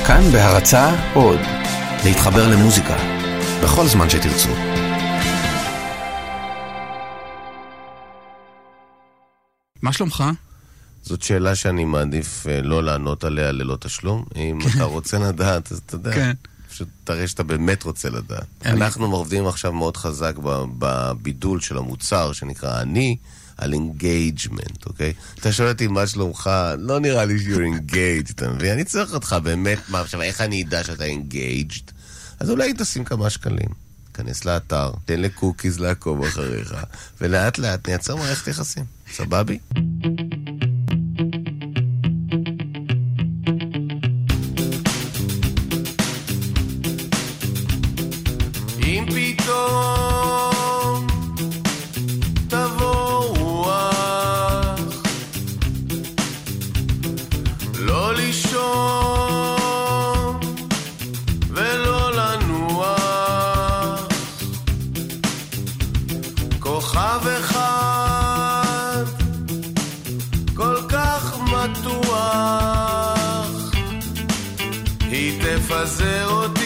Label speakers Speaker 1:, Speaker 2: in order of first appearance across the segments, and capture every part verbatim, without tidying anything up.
Speaker 1: כאן בהרצאה עוד. להתחבר למוזיקה בכל זמן שתרצו. מה שלומך?
Speaker 2: זאת שאלה שאני מעדיף לא לענות עליה ללא תשלום. אם אתה רוצה לדעת, אז אתה יודע. כן. פשוט תראה שאתה באמת רוצה לדעת. אנחנו עובדים עכשיו מאוד חזק בבידול של המוצר שנקרא אני, על engagement, אוקיי? אתה שואל אותי מה שלומך, לא נראה לי you're engaged, אתה מבין? אני צריך אותך באמת, מה עכשיו, איך אני ידע שאתה engaged? אז אולי תשים כמה שקלים, כנס לאתר, תן לקוקיז לעקוב אחריך, ולאט לאט נייצר מערכת יחסים. סבבי? אם פתאום תבוא רוח, לא לישון ולא לנוח, כוכב אחד כל כך מתוח, היא תפזר אותי.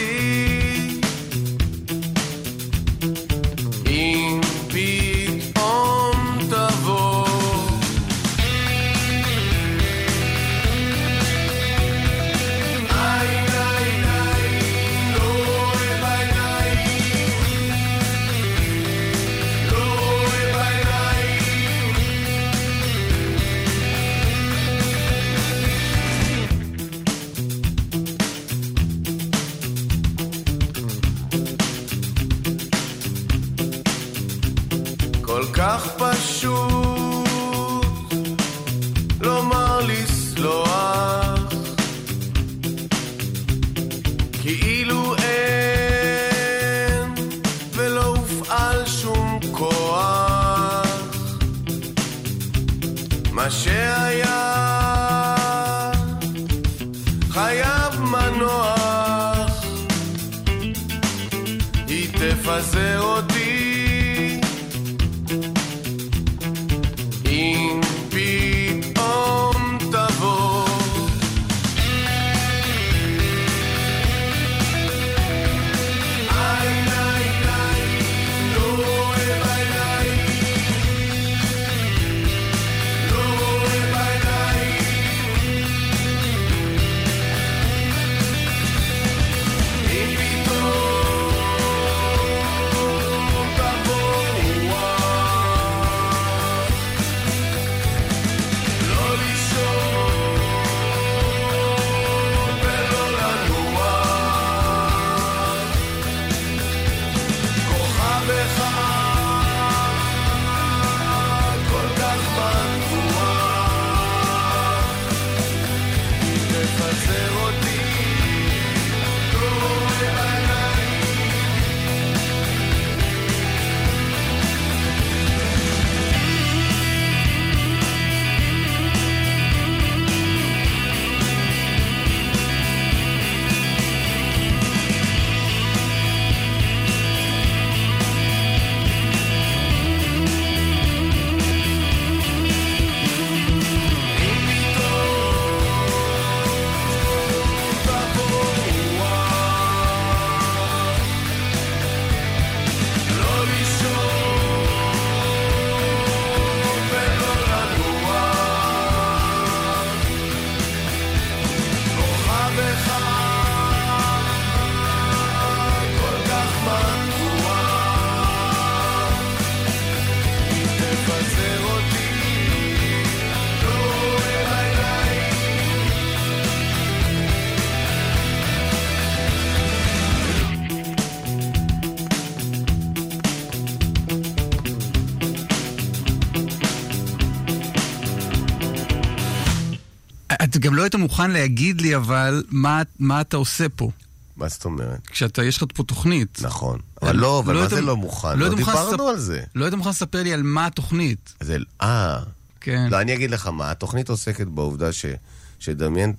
Speaker 2: כל כך פשוט לומר לסלוח, כאילו אין ולא הופעל שום כוח, מה שהיה חייב מנוח, היא תפזר אותי.
Speaker 3: אתה גם לא היית מוכן להגיד לי, אבל מה, מה אתה עושה פה?
Speaker 2: מה זאת אומרת?
Speaker 3: כשאתה, יש לך פה תוכנית.
Speaker 2: נכון. אבל לא, אבל מה זה לא מוכן? לא דיברנו על זה.
Speaker 3: לא היית מוכן לספר לי על מה התוכנית.
Speaker 2: זה, אה.
Speaker 3: כן.
Speaker 2: לא, אני אגיד לך מה. התוכנית עוסקת בעובדה ש, שדמיין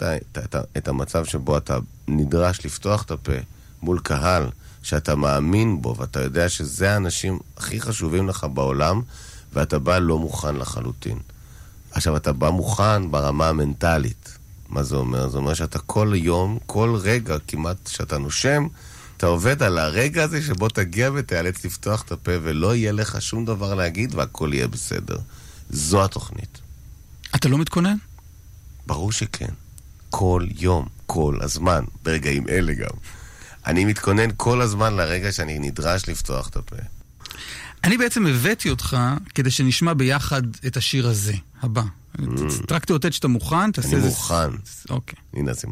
Speaker 2: את המצב שבו אתה נדרש לפתוח את הפה מול קהל שאתה מאמין בו, ואתה יודע שזה האנשים הכי חשובים לך בעולם, ואתה בא לא מוכן לחלוטין. עכשיו, אתה בא מוכן ברמה המנטלית, מה זה אומר? זה אומר שאתה כל יום, כל רגע כמעט שאתה נושם, אתה עובד על הרגע הזה שבו תגיע ותיאלץ לפתוח את הפה ולא יהיה לך שום דבר להגיד והכל יהיה בסדר. זו התוכנית.
Speaker 3: אתה לא מתכונן?
Speaker 2: ברור שכן. כל יום, כל הזמן, ברגעים אלה גם. אני מתכונן כל הזמן לרגע שאני נדרש לפתוח את הפה.
Speaker 3: אני בעצם הבאתי אותך כדי שנשמע ביחד את השיר הזה, הבא. רק תאותת שאתה מוכן, תעשה
Speaker 2: אני
Speaker 3: זה...
Speaker 2: מוכן.
Speaker 3: אוקיי.
Speaker 2: הנה הסימן.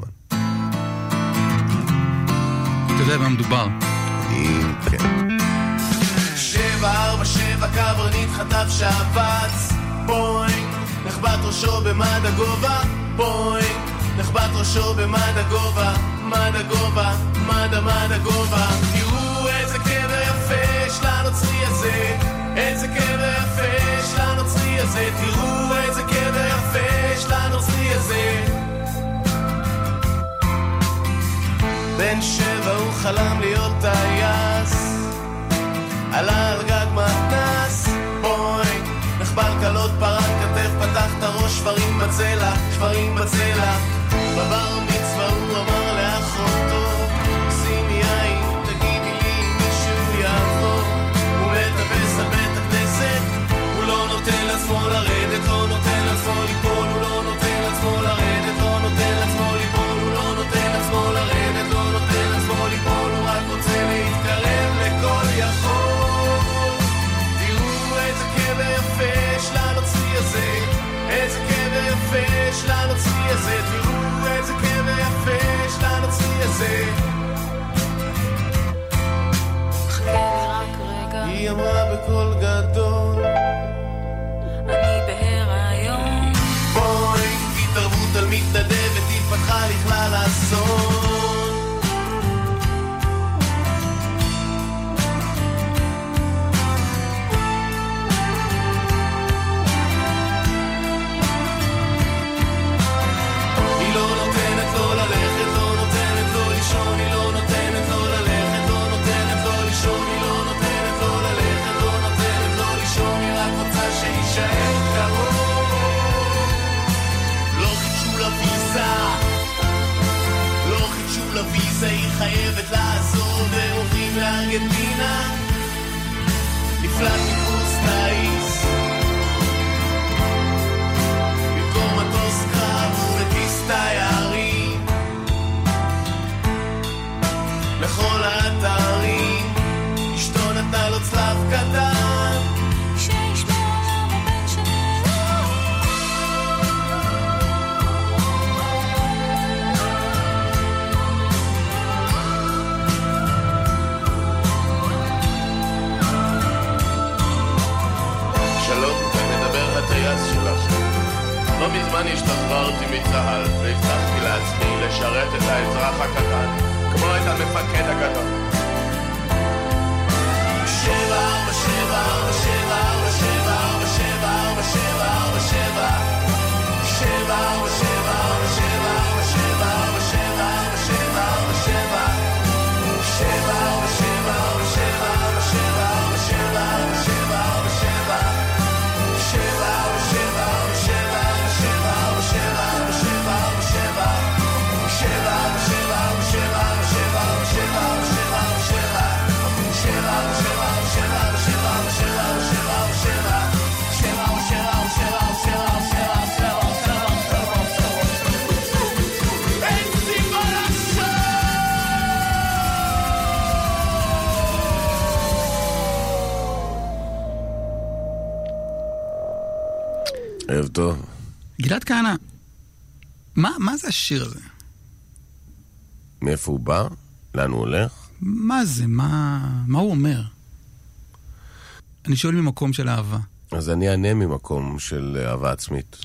Speaker 3: אתה יודע מה מדובר.
Speaker 2: אני, כן.
Speaker 4: שבע ארבע שבע קברניט חטף שבץ, בוינג, נחבט ראשו במד הגובה, בוינג, נחבט ראשו במד הגובה, מד הגובה, מד המד הגובה. תראו איזה קבר יפה יש לנוצרי הזה, איזה קבר יפה יש לנוצרי הזה, תראו איזה קבר יפה יש לנוצרי הזה. בן שבע הוא חלם להיות טייס, עלה על גג מתנס, בוינג, נחבל קלות פרק כתף, פתח את הראש, שברים בצלע, שברים בצלע. בבר מצווה הוא אמר לאחותו, שימי יין, תגידי לי אם מישהו יעבור. הוא מטפס על בית הכנסת, הוא לא נותן לעצמו לרדת, לא נותן לעצמו ליפול, הוא לא נותן לעצמו לרדת, לא נותן לעצמו ליפול, הוא לא נותן לעצמו לרדת, לא נותן לעצמו ליפול, הוא רק רוצה להתקרב לכל יכול. תראו איזה קבר יפה יש לנוצרי הזה, איזה קבר יפה יש לנוצרי הזה, תראו איזה קבר יפה יש לנוצרי הזה. היא אמרה בקול גדול,
Speaker 5: אני בהיריון.
Speaker 4: בואי, התערבות על מתנדבת התפתחה לכלל אסון. היא לא נותנת לו ללכת, לא נותנת לו לישון, היא לא נותנת לו ללכת, לא נותנת לו לישון, היא לא נותנת לו ללכת, לא נותנת לו לישון, היא רק רוצה שישאר קרוב. לא חידשו לוויזה, לא חידשו לוויזה, היא חייבת לעזור, והם עוברים לארגנטינה, נפלט מקורס טייס, במקום מטוס קרב הוא מטיס תיירים לכל האתרים. אשתו נתנה לו צלב קטן
Speaker 5: שישמור בבן שלו.
Speaker 4: שלום, מדבר הטייס שלך. לא מזמן השתחררתי מצה"ל והבטחתי לעצמי לשרת את האזרח הקטן כמו את המפקד הגדול. שבע ארבע שבע ארבע שבע ארבע שבע ארבע שבע ארבע שבע ארבע שבע שבע ארבע שבע ארבע שבע ארבע שבע ארבע שבע ארבע שבע ארבע שבע שבע ארבע שבע ארבע שבע ארבע שבע ארבע שבע ארבע שבע ארבע שבע שבע ארבע שבע ארבע שבע ארבע שבע ארבע שבע ארבע שבע ארבע שבע שבע ארבע שבע ארבע שבע ארבע שבע ארבע שבע ארבע שבע ארבע
Speaker 2: ערב טוב.
Speaker 3: גלעד כהנא, מה, מה זה השיר הזה?
Speaker 2: מאיפה הוא בא? לאן הוא הולך?
Speaker 3: מה זה? מה, מה הוא אומר? אני שואל ממקום של אהבה.
Speaker 2: אז אני אענה ממקום של אהבה עצמית.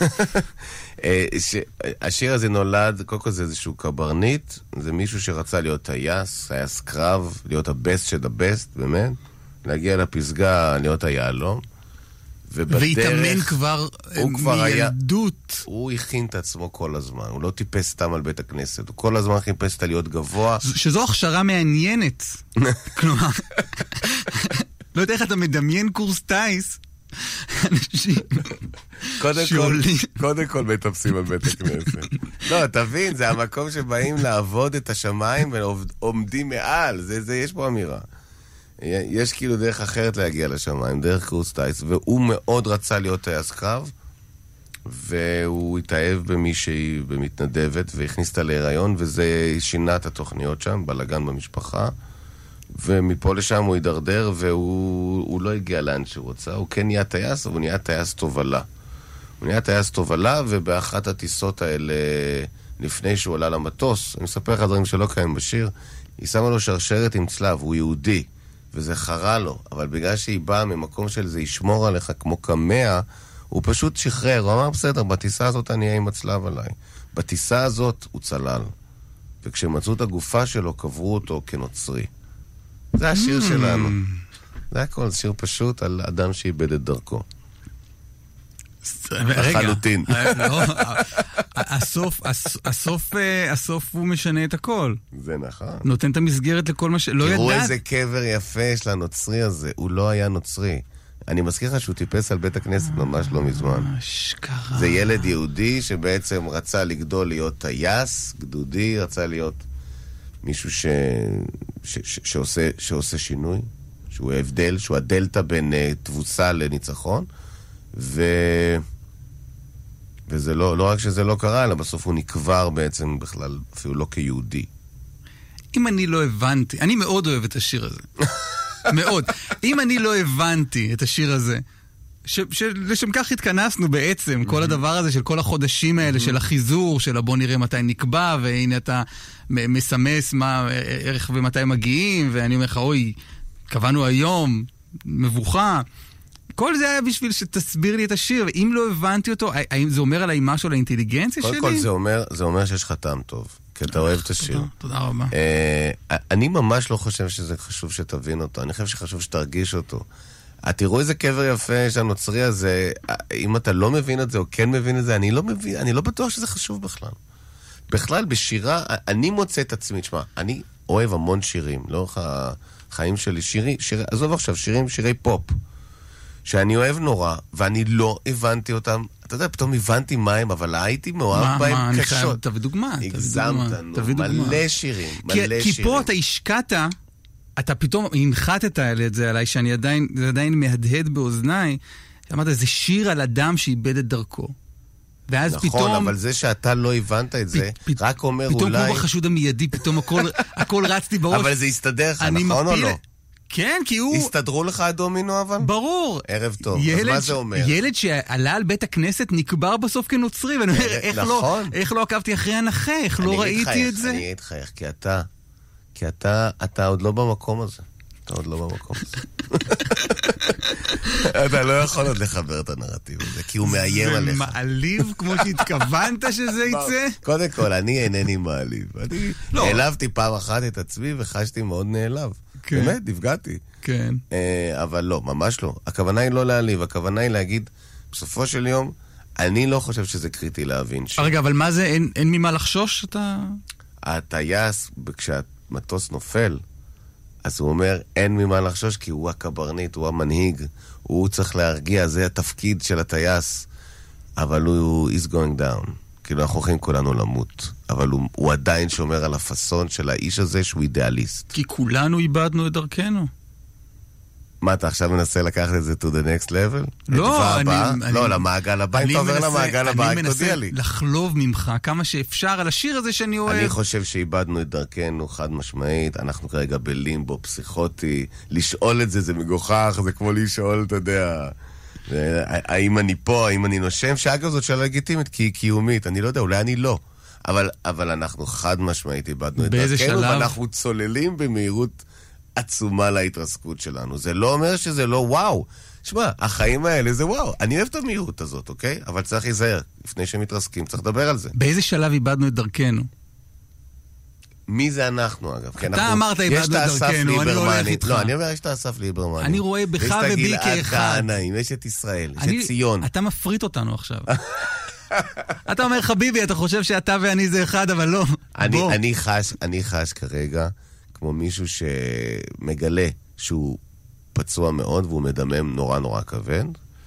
Speaker 2: השיר הזה נולד, קודם כל זה איזשהו קברניט, זה מישהו שרצה להיות טייס, טייס קרב, להיות הבסט של הבסט, באמת, להגיע לפסגה, להיות היעלום.
Speaker 3: והתאמן כבר מילדות.
Speaker 2: הוא הכין את עצמו כל הזמן, הוא לא טיפס סתם על בית הכנסת, הוא כל הזמן חיפש את להיות גבוה.
Speaker 3: שזו הכשרה מעניינת. כלומר, לא יודע איך אתה מדמיין קורס טייס, אנשים שעולים.
Speaker 2: קודם כל מטפסים על בית הכנסת. לא, תבין, זה המקום שבאים לעבוד את השמיים ועומדים מעל, יש פה אמירה. יש כאילו דרך אחרת להגיע לשמיים, דרך קורס טייס, והוא מאוד רצה להיות טייס קרב, והוא התאהב במישהי במתנדבת, והכניס אותה להיריון, וזה שינה את התוכניות שם, בלגן במשפחה, ומפה לשם הוא הידרדר, והוא לא הגיע לאן שהוא רוצה, הוא כן נהיה טייס, אבל הוא נהיה טייס תובלה. הוא נהיה טייס תובלה, ובאחת הטיסות האלה, לפני שהוא עלה למטוס, אני מספר לך דברים שלא קיים בשיר, היא שמה לו שרשרת עם צלב, הוא יהודי, וזה חרה לו, אבל בגלל שהיא באה ממקום של זה ישמור עליך כמו כמאה, הוא פשוט שחרר, הוא אמר בסדר, בטיסה הזאת אני אהיה עם הצלב עליי. בטיסה הזאת הוא צלל. וכשמצאו את הגופה שלו, קברו אותו כנוצרי. זה השיר mm. שלנו. זה הכל, שיר פשוט על אדם שאיבד את דרכו.
Speaker 3: לחלוטין. הסוף, הסוף, הסוף הוא משנה את הכל.
Speaker 2: זה נכון.
Speaker 3: נותן את המסגרת לכל מה שלא ידעת.
Speaker 2: תראו איזה קבר יפה יש לנוצרי הזה. הוא לא היה נוצרי. אני מזכיר לך שהוא טיפס על בית הכנסת ממש לא מזמן.
Speaker 3: שקרה.
Speaker 2: זה ילד יהודי שבעצם רצה לגדול להיות טייס, גדודי, רצה להיות מישהו ש... ש... ש... שעושה... שעושה שינוי, שהוא הבדל, שהוא הדלטה בין uh, תבוסה לניצחון, ו... וזה לא, לא רק שזה לא קרה, אלא בסוף הוא נקבר בעצם בכלל, אפילו לא כיהודי.
Speaker 3: אם אני לא הבנתי, אני מאוד אוהב את השיר הזה. מאוד. אם אני לא הבנתי את השיר הזה, שלשם כך התכנסנו בעצם, כל הדבר הזה של כל החודשים האלה, של החיזור, של בוא נראה מתי נקבע, והנה אתה מסמס מה ערך ומתי מגיעים, ואני אומר לך, אוי, קבענו היום, מבוכה. כל זה היה בשביל שתסביר לי את השיר, ואם לא הבנתי אותו, האם זה אומר עליי משהו על האינטליגנציה שלי?
Speaker 2: קודם כל זה אומר, זה אומר שיש לך טעם טוב. כי אתה אוהב את השיר.
Speaker 3: תודה רבה.
Speaker 2: אני ממש לא חושב שזה חשוב שתבין אותו, אני חושב שחשוב שתרגיש אותו. תראו איזה קבר יפה שהנוצרי הזה, אם אתה לא מבין את זה או כן מבין את זה, אני לא מבין, אני לא בטוח שזה חשוב בכלל. בכלל, בשירה, אני מוצא את עצמי, תשמע, אני אוהב המון שירים, לאורך החיים שלי, שירי, שירי, עזוב עכשיו, שירים, שירי פופ, שאני אוהב נורא, ואני לא הבנתי אותם, אתה יודע, פתאום הבנתי מה הם, אבל הייתי מאוהב בהם קשות.
Speaker 3: תביא דוגמה.
Speaker 2: הגזמת, מלא שירים, מלא שירים.
Speaker 3: כי פה אתה השקעת, אתה פתאום הנחתת את זה עליי, שאני עדיין, זה עדיין מהדהד באוזניי, אמרת, זה שיר על אדם שאיבד את דרכו. ואז
Speaker 2: נכון,
Speaker 3: פתאום...
Speaker 2: אבל זה שאתה לא הבנת את זה, פ, רק אומר
Speaker 3: פתאום
Speaker 2: אולי...
Speaker 3: פתאום כמו בחשוד המיידי, פתאום הכל, הכל רצתי בראש.
Speaker 2: אבל זה יסתדר לך, נכון או לא?
Speaker 3: כן, כי הוא...
Speaker 2: הסתדרו לך הדומינו אבל?
Speaker 3: ברור.
Speaker 2: ערב טוב, אז מה זה אומר?
Speaker 3: ילד שעלה על בית הכנסת נקבר בסוף כנוצרי, ואני אומר, איך לא, איך לא עקבתי אחרי הנחה, איך לא ראיתי את זה?
Speaker 2: אני אגיד לך איך, כי אתה, כי אתה, אתה עוד לא במקום הזה. אתה עוד לא במקום הזה. אתה לא יכול עוד לחבר את הנרטיב הזה, כי הוא מאיים עליך.
Speaker 3: זה מעליב כמו שהתכוונת שזה יצא?
Speaker 2: קודם כל, אני אינני מעליב. אני נעלבתי פעם אחת את עצמי וחשתי מאוד נעלב. באמת, נפגעתי.
Speaker 3: כן.
Speaker 2: אבל לא, ממש לא. הכוונה היא לא להעליב, הכוונה היא להגיד, בסופו של יום, אני לא חושב שזה קריטי להבין ש...
Speaker 3: רגע, אבל מה זה, אין, אין ממה לחשוש? אתה...
Speaker 2: הטייס, כשהמטוס נופל, אז הוא אומר, אין ממה לחשוש, כי הוא הקברניט, הוא המנהיג, הוא צריך להרגיע, זה התפקיד של הטייס, אבל הוא is going down. כאילו אנחנו הולכים כולנו למות, אבל הוא, הוא עדיין שומר על הפסון של האיש הזה שהוא אידיאליסט.
Speaker 3: כי כולנו איבדנו את דרכנו.
Speaker 2: מה, אתה עכשיו מנסה לקחת את זה to the next level?
Speaker 3: לא, אני... אני
Speaker 2: לא, למעגל הבא, אם אתה עובר למעגל הבא,
Speaker 3: אני מנסה לחלוב ממך כמה שאפשר על השיר הזה שאני אוהב.
Speaker 2: אני חושב שאיבדנו את דרכנו חד משמעית, אנחנו כרגע בלימבו פסיכוטי, לשאול את זה זה מגוחך, זה כמו לשאול, אתה יודע... האם אני פה, האם אני נושם, שאגב זאת שאלה לגיטימית, כי היא קיומית, אני לא יודע, אולי אני לא. אבל, אבל אנחנו חד משמעית איבדנו את דרכנו, שלב? ואנחנו צוללים במהירות עצומה להתרסקות שלנו. זה לא אומר שזה לא וואו. שמע, החיים האלה זה וואו. אני אוהב את המהירות הזאת, אוקיי? אבל צריך להיזהר. לפני שהם מתרסקים, צריך לדבר על זה.
Speaker 3: באיזה שלב איבדנו את דרכנו?
Speaker 2: מי זה אנחנו, אגב?
Speaker 3: אתה אמרת איבדנו את דרכנו, אני הולך איתך.
Speaker 2: לא, אני אומר, יש את האסף ליברמני.
Speaker 3: אני רואה בך ובי כאחד.
Speaker 2: יש את ישראל, יש את ציון.
Speaker 3: אתה מפריט אותנו עכשיו. אתה אומר, חביבי, אתה חושב שאתה ואני זה אחד, אבל לא.
Speaker 2: אני חש, אני חש כרגע כמו מישהו שמגלה שהוא פצוע מאוד, והוא מדמם נורא נורא כבד,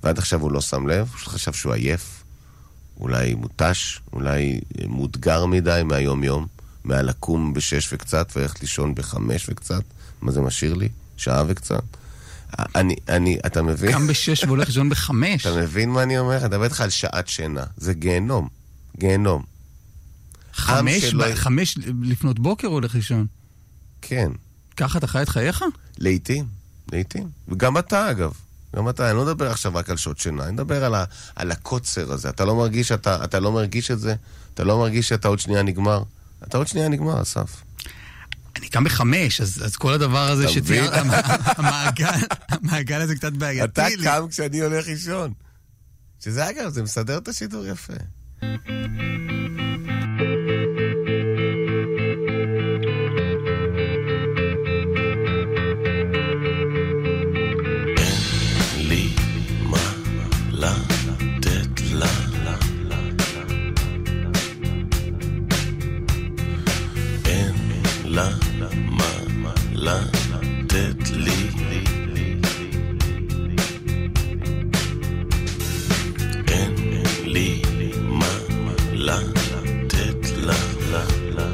Speaker 2: ועד עכשיו הוא לא שם לב, הוא חשב שהוא עייף, אולי מוטש, אולי מודגר מדי מהיום יום, מהלקום בשש וקצת, ואיך לישון בחמש וקצת, מה זה משאיר לי? שעה וקצת. אני, אני, אתה מבין?
Speaker 3: קם בשש והולך לישון בחמש.
Speaker 2: אתה מבין מה אני אומר? אני מדבר איתך על שעת שינה. זה גיהנום. גיהנום.
Speaker 3: חמש, ב- חמש לפנות בוקר הולך לישון?
Speaker 2: כן.
Speaker 3: ככה אתה חי את חייך?
Speaker 2: לעתים, לעתים. וגם אתה אגב. גם אתה, אני לא מדבר עכשיו רק על שעות שינה, אני מדבר על, ה, על הקוצר הזה. אתה לא מרגיש, אתה, אתה לא מרגיש את זה? אתה לא מרגיש שאתה עוד שנייה נגמר? אתה עוד שנייה נגמר, אסף.
Speaker 3: אני קם בחמש, אז, אז כל הדבר הזה שתיאר, המעגל, המעגל הזה קצת בעייתי.
Speaker 2: אתה קם כשאני הולך לישון. שזה אגב, זה מסדר את השידור יפה.
Speaker 4: לה, מה, לה, תת לי. אין לי מה, לה, תת לה, לה, לה,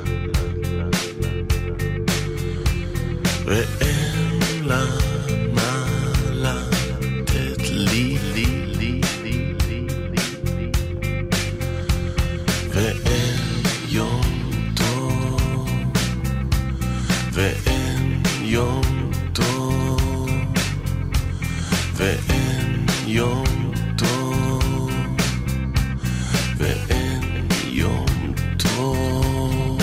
Speaker 4: ואין לה מה, לה, תת לי, לי, לי, לי, לי, לי, ואין יום ואין יום טוב, ואין יום טוב, ואין יום טוב.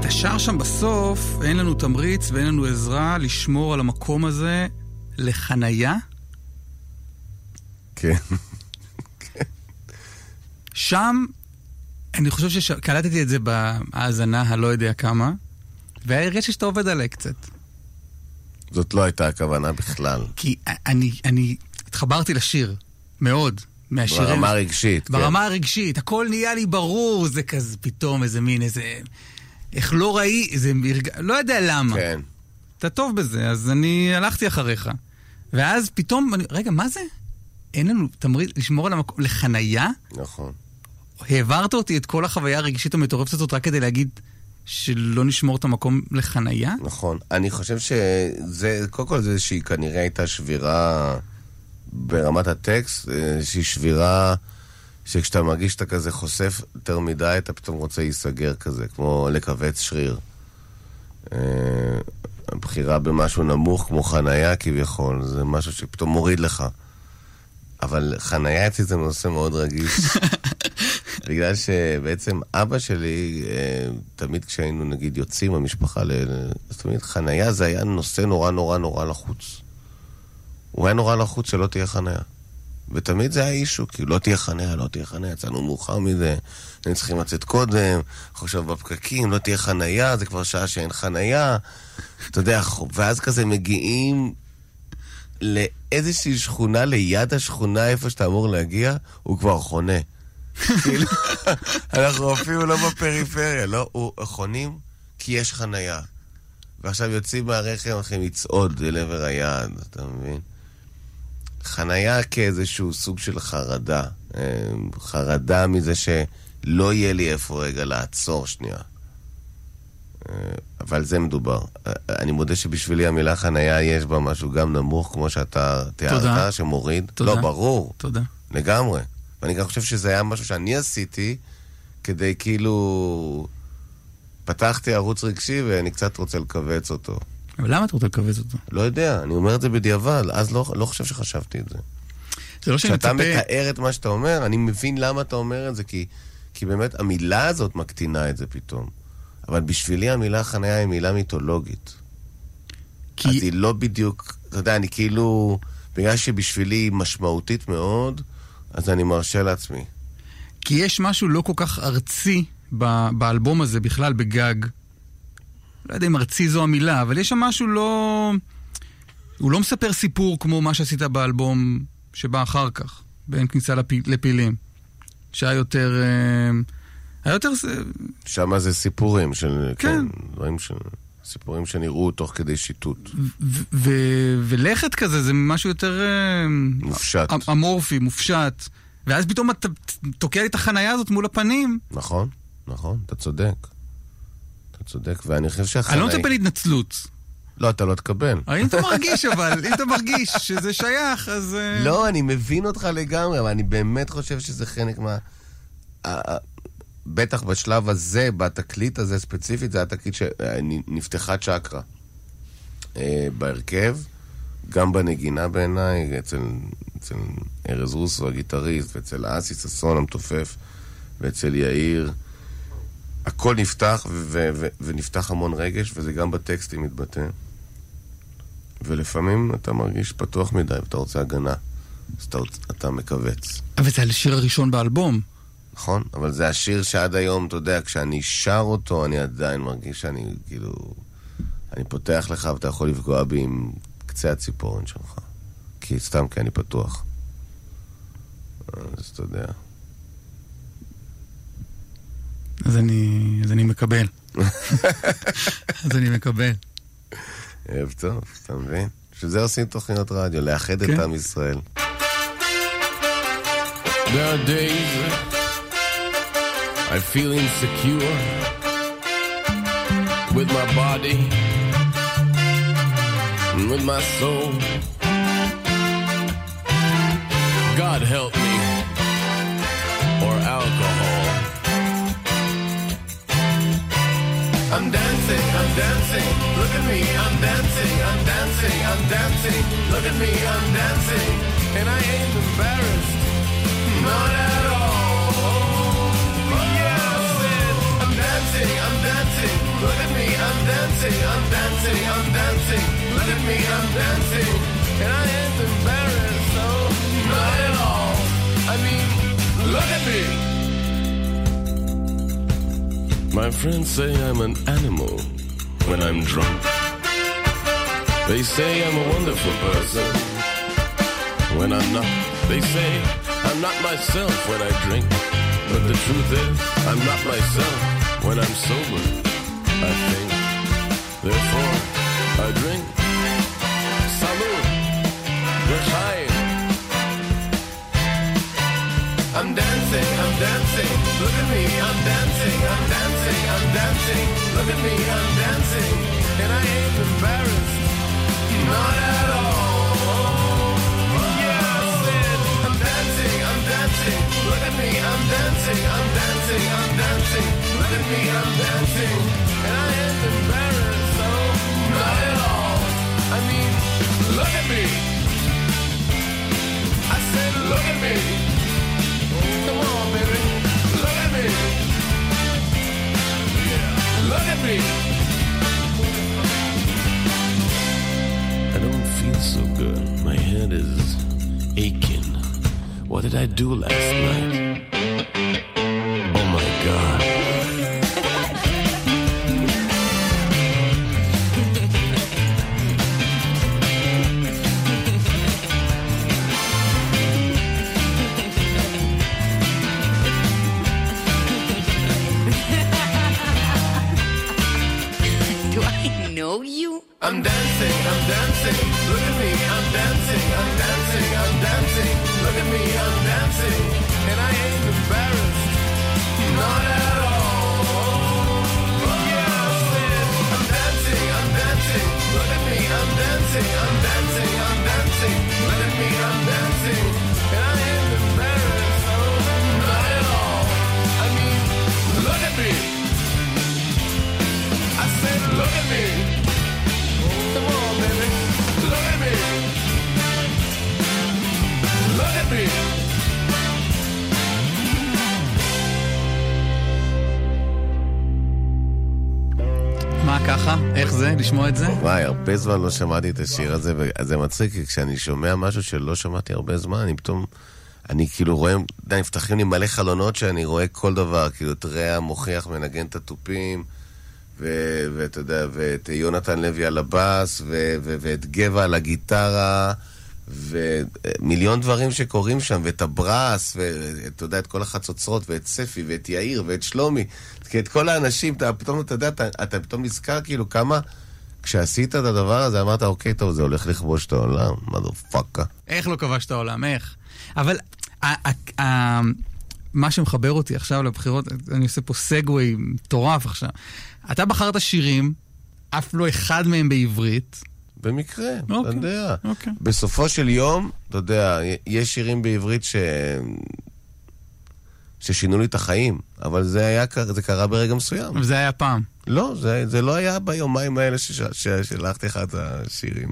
Speaker 3: אתה שר שם בסוף, אין לנו תמריץ ואין לנו עזרה לשמור על המקום הזה לחנייה?
Speaker 2: כן.
Speaker 3: שם, אני חושב שקלטתי את זה בהאזנה הלא יודע כמה, והרגשתי שאתה עובד עליי קצת.
Speaker 2: זאת לא הייתה הכוונה בכלל.
Speaker 3: כי אני, אני התחברתי לשיר, מאוד, מהשירים.
Speaker 2: ברמה הרגשית,
Speaker 3: ברמה הרגשית, הכל נהיה לי ברור, זה כזה פתאום איזה מין, איזה... איך לא ראי, איזה... לא יודע למה.
Speaker 2: כן.
Speaker 3: אתה טוב בזה, אז אני הלכתי אחריך. ואז פתאום, אני, רגע, מה זה? אין לנו תמריץ לשמור על המקום, לחנייה?
Speaker 2: נכון.
Speaker 3: העברת אותי את כל החוויה הרגשית המטורפת הזאת רק כדי להגיד שלא נשמור את המקום לחנייה?
Speaker 2: נכון. אני חושב שזה, קודם כל זה שהיא כנראה הייתה שבירה ברמת הטקסט, שהיא שבירה שכשאתה מרגיש שאתה כזה חושף יותר מדי, אתה פתאום רוצה להיסגר כזה, כמו לקבץ שריר. הבחירה במשהו נמוך כמו חנייה כביכול, זה משהו שפתאום מוריד לך. אבל חנייה אצלי זה נושא מאוד רגיש. בגלל שבעצם אבא שלי, תמיד כשהיינו נגיד יוצאים המשפחה, זאת אומרת, חנייה זה היה נושא נורא נורא נורא לחוץ. הוא היה נורא לחוץ שלא תהיה חנייה. ותמיד זה היה אישו, כי לא תהיה חנייה, לא תהיה חנייה, יצאנו מאוחר מזה, אני צריכים לצאת קודם, חושב בפקקים, לא תהיה חנייה, זה כבר שעה שאין חנייה, אתה יודע, ואז כזה מגיעים לאיזושהי שכונה, ליד השכונה איפה שאתה אמור להגיע, הוא כבר חונה. כאילו, אנחנו אפילו לא בפריפריה, לא, הוא חונים כי יש חנייה. ועכשיו יוצאים מהרכב, הולכים לצעוד אל עבר היעד, אתה מבין? חנייה כאיזשהו סוג של חרדה. חרדה מזה שלא יהיה לי איפה רגע לעצור שנייה. אבל זה מדובר. אני מודה שבשבילי המילה חנייה יש בה משהו גם נמוך, כמו שאתה תיארת, שמוריד.
Speaker 3: תודה.
Speaker 2: לא, ברור.
Speaker 3: תודה.
Speaker 2: לגמרי. ואני גם חושב שזה היה משהו שאני עשיתי, כדי כאילו... פתחתי ערוץ רגשי ואני קצת רוצה לקבץ אותו.
Speaker 3: אבל למה אתה רוצה לקבץ אותו?
Speaker 2: לא יודע, אני אומר את זה בדיעבד, אז לא, לא חושב שחשבתי את זה.
Speaker 3: זה לא שאני מצפה...
Speaker 2: כשאתה מתאר את מה שאתה אומר, אני מבין למה אתה אומר את זה, כי, כי באמת המילה הזאת מקטינה את זה פתאום. אבל בשבילי המילה חניה היא מילה מיתולוגית. כי... אז היא לא בדיוק, אתה יודע, אני כאילו, בגלל שבשבילי היא משמעותית מאוד, אז אני מרשה לעצמי.
Speaker 3: כי יש משהו לא כל כך ארצי באלבום הזה, בכלל בגג. לא יודע אם ארצי זו המילה, אבל יש שם משהו לא... הוא לא מספר סיפור כמו מה שעשית באלבום שבא אחר כך, בין כניסה לפ... לפילים. שהיה יותר... היה יותר...
Speaker 2: שם זה סיפורים של...
Speaker 3: כן.
Speaker 2: כן, דברים ש... סיפורים שנראו תוך כדי שיטוט.
Speaker 3: ו- ו- ולכת כזה זה משהו יותר...
Speaker 2: מופשט.
Speaker 3: אמורפי, מופשט. ואז פתאום אתה תוקע לי את החנייה הזאת מול הפנים.
Speaker 2: נכון, נכון, אתה צודק. אתה צודק, ואני חושב שהחנייה...
Speaker 3: אני לא מצפה להתנצלות.
Speaker 2: לא, אתה לא תקבל.
Speaker 3: אם אתה מרגיש אבל, אם אתה מרגיש שזה שייך, אז...
Speaker 2: לא, אני מבין אותך לגמרי, אבל אני באמת חושב שזה חלק מה... בטח בשלב הזה, בתקליט הזה ספציפית, זה התקליט שנפתחה צ'קרה. בהרכב, גם בנגינה בעיניי, אצל, אצל ארז רוסו, הגיטריסט, ואצל אסי ססון המתופף, ואצל יאיר, הכל נפתח, ו- ו- ונפתח המון רגש, וזה גם בטקסטים מתבטא. ולפעמים אתה מרגיש פתוח מדי, ואתה רוצה הגנה, אז אתה, אתה מקווץ.
Speaker 3: אבל זה השיר הראשון באלבום.
Speaker 2: נכון, אבל זה השיר שעד היום, אתה יודע, כשאני שר אותו, אני עדיין מרגיש שאני, כאילו, אני פותח לך, ואתה יכול לפגוע בי עם קצה הציפורן שלך. כי סתם, כי אני פתוח. אז אתה יודע.
Speaker 3: אז אני, אז אני מקבל. אז אני מקבל.
Speaker 2: ערב טוב, אתה מבין? שזה עושים תוכניות רדיו, לאחד את עם ישראל.
Speaker 6: There are days I feel insecure with my body and with my soul. God help me, or alcohol.
Speaker 4: I'm dancing, I'm dancing, look at me, I'm dancing, I'm dancing, I'm dancing, look at me, I'm dancing, and I ain't embarrassed, not at all. Yeah, I said, I'm dancing, I'm dancing, look at
Speaker 6: me, I'm dancing, and I ain't embarrassed, no, not at all. I mean, look at me. My friends say I'm an animal when I'm drunk. They say I'm a wonderful person when I'm not. They say I'm not myself when I drink. But the truth is, I'm not myself when I'm sober, I think. Therefore, I drink. Salud. L'chaim. I'm dancing, I'm dancing. Look at me, I'm dancing, I'm dancing, I'm dancing. Look at me, I'm dancing. And I ain't embarrassed. Not at all. Yeah, I said, I'm dancing, I'm dancing. Look at me, I'm dancing, I'm dancing, I'm dancing. Look at me, I'm dancing. And I ain't embarrassed, so not at all. I mean, look at me. I said, look at me. Come on, baby. Look at me. Look at me. I don't feel so good. My head is aching. What did I do last night? Oh my God.
Speaker 5: Do I know you?
Speaker 6: I'm dancing, I'm dancing. Look at me, I'm dancing, I'm dancing, I'm dancing. Look at me, I'm dancing, and I ain't embarrassed, not at all. Yeah, I said, I'm dancing, I'm dancing. Look at me, I'm dancing, I'm dancing, I'm dancing. Look at me, I'm dancing, and I ain't embarrassed, oh, not at all. I mean, look at me. I said, look at me. Come on, baby. Look at me. Look at me.
Speaker 3: מה ככה? איך זה? לשמוע את זה?
Speaker 2: וואי, הרבה זמן לא שמעתי את השיר הזה, וזה מצחיק, כי כשאני שומע משהו שלא שמעתי הרבה זמן, אני פתאום, אני כאילו רואה, די, נפתחים לי מלא חלונות שאני רואה כל דבר, כאילו את רע מוכיח מנגן את הטופים, ואתה יודע, ואת יונתן לוי על הבאס, ואת גבע על הגיטרה, ומיליון דברים שקורים שם, ואת הברס, ואתה יודע, את כל החצוצרות, ואת ספי, ואת יאיר, ואת שלומי, כי את כל האנשים, אתה פתאום, אתה יודע, אתה, אתה פתאום נזכר כאילו כמה, כשעשית את הדבר הזה, אמרת, אוקיי, טוב, זה הולך לכבוש את העולם, מה זה פאקה?
Speaker 3: איך לא כבש את העולם, איך? אבל מה שמחבר אותי עכשיו לבחירות, אני עושה פה סגווי מטורף עכשיו. אתה בחרת שירים, אף לא אחד מהם בעברית.
Speaker 2: במקרה, אתה
Speaker 3: אוקיי,
Speaker 2: יודע.
Speaker 3: אוקיי.
Speaker 2: בסופו של יום, אתה יודע, יש שירים בעברית ש... ששינו לי את החיים, אבל זה היה, זה קרה ברגע מסוים.
Speaker 3: וזה היה פעם.
Speaker 2: לא, זה, זה לא היה ביומיים האלה ששלחתי לך את השירים.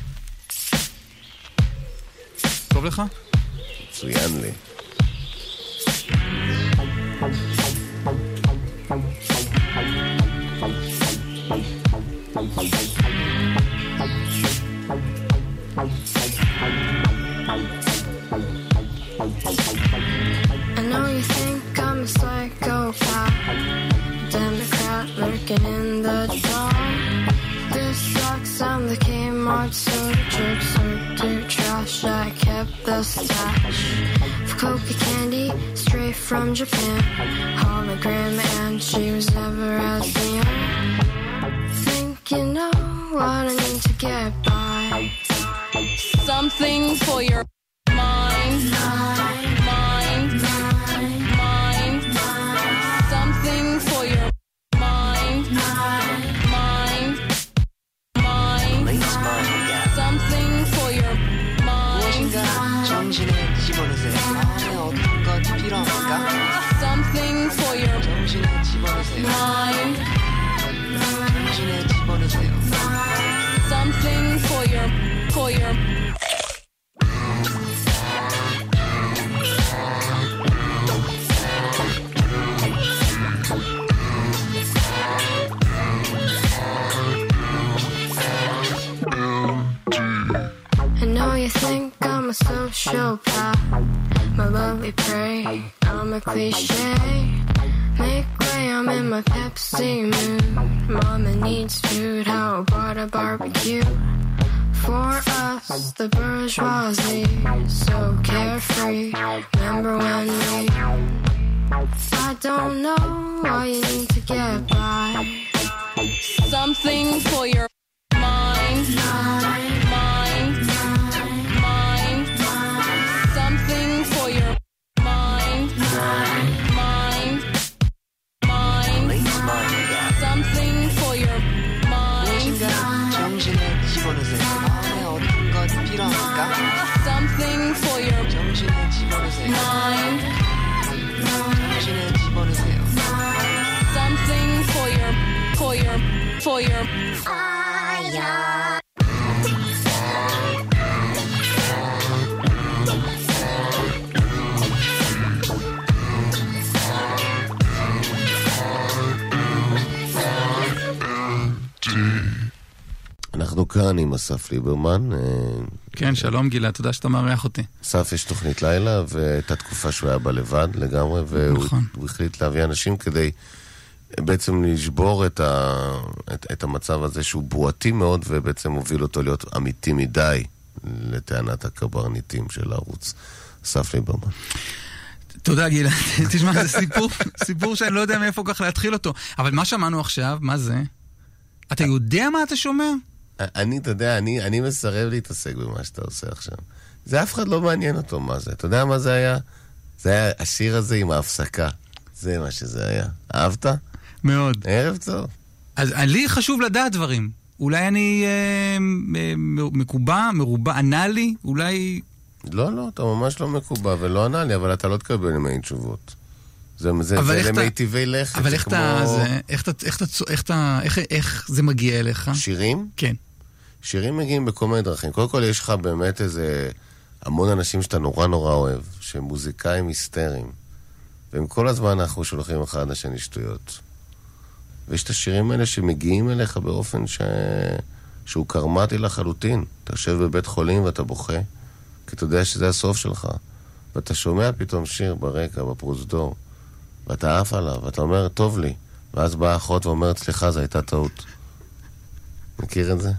Speaker 3: טוב לך?
Speaker 2: מצוין לי.
Speaker 7: I know you think I'm a psychopath, Democrat lurking in the dark. This sucks, I'm the Kmart soda jerk, sorted trash. I kept the stash of coca candy straight from Japan, hologram, and she was never as young. Think you know what I need to get by.
Speaker 5: Something for your mind, mind, mind, mind, something for your mind, mind, mind, something for your mind,
Speaker 8: 정신을 집어넣으세요. 안에 어떤 것 필요합니까?
Speaker 5: something for your
Speaker 8: 정신을 집어넣으세요.
Speaker 5: mind,
Speaker 8: 정신을 집어넣으세요.
Speaker 5: something for your, for your
Speaker 7: cliche. Make way, I'm in my Pepsi mood. Mama needs food, how about a barbecue? For us, the bourgeoisie, so carefree. Remember when we... I don't know why you need to get by.
Speaker 5: Something for your mind, mind, mind, mind, something for your mind, mind, mind, something for your mind,
Speaker 8: 정신을 집어넣으세요. 마음에 어떤 것 필요합니까?
Speaker 5: something for your
Speaker 8: 정신을 집어넣으세요.
Speaker 5: mind,
Speaker 8: 정신을 집어넣으세요.
Speaker 5: something for your, for your, for your.
Speaker 2: אנחנו כאן עם אסף ליברמן.
Speaker 3: כן, שלום גילה, תודה שאתה מארח אותי.
Speaker 2: אסף יש תוכנית לילה, והייתה תקופה שהוא היה בה לבד לגמרי, והוא
Speaker 3: נכון.
Speaker 2: החליט להביא אנשים כדי בעצם לשבור את, ה, את, את המצב הזה שהוא בועתי מאוד, ובעצם הוביל אותו להיות אמיתי מדי לטענת הקברניטים של הערוץ. אסף ליברמן.
Speaker 3: תודה גילה, תשמע, זה סיפור, סיפור שאני לא יודע מאיפה כך להתחיל אותו. אבל מה שמענו עכשיו, מה זה? אתה יודע מה אתה שומע?
Speaker 2: אני, אתה יודע, אני, אני מסרב להתעסק במה שאתה עושה עכשיו. זה אף אחד לא מעניין אותו מה זה. אתה יודע מה זה היה? זה היה השיר הזה עם ההפסקה. זה מה שזה היה. אהבת?
Speaker 3: מאוד.
Speaker 2: ערב טוב.
Speaker 3: אז לי חשוב לדעת דברים. אולי אני אה, מקובע, מרובע, ענה לי, אולי...
Speaker 2: לא, לא, אתה ממש לא מקובע ולא ענה לי, אבל אתה לא תקבל ממני תשובות. זה, זה, זה למיטיבי לכת.
Speaker 3: אבל איך אתה, זה, איך אתה, איך אתה, איך אתה, איך, איך זה מגיע אליך?
Speaker 2: שירים?
Speaker 3: כן.
Speaker 2: שירים מגיעים בכל מיני דרכים. קודם כל יש לך באמת איזה המון אנשים שאתה נורא נורא אוהב, שהם מוזיקאים היסטריים. והם כל הזמן אנחנו שולחים אחד לשני שטויות. ויש את השירים האלה שמגיעים אליך באופן ש... שהוא קרמטי לחלוטין. אתה יושב בבית חולים ואתה בוכה, כי אתה יודע שזה הסוף שלך. ואתה שומע פתאום שיר ברקע, בפרוזדור, ואתה עף עליו, ואתה אומר, טוב לי. ואז באה אחות ואומרת, סליחה, זו הייתה טעות. מכיר את זה?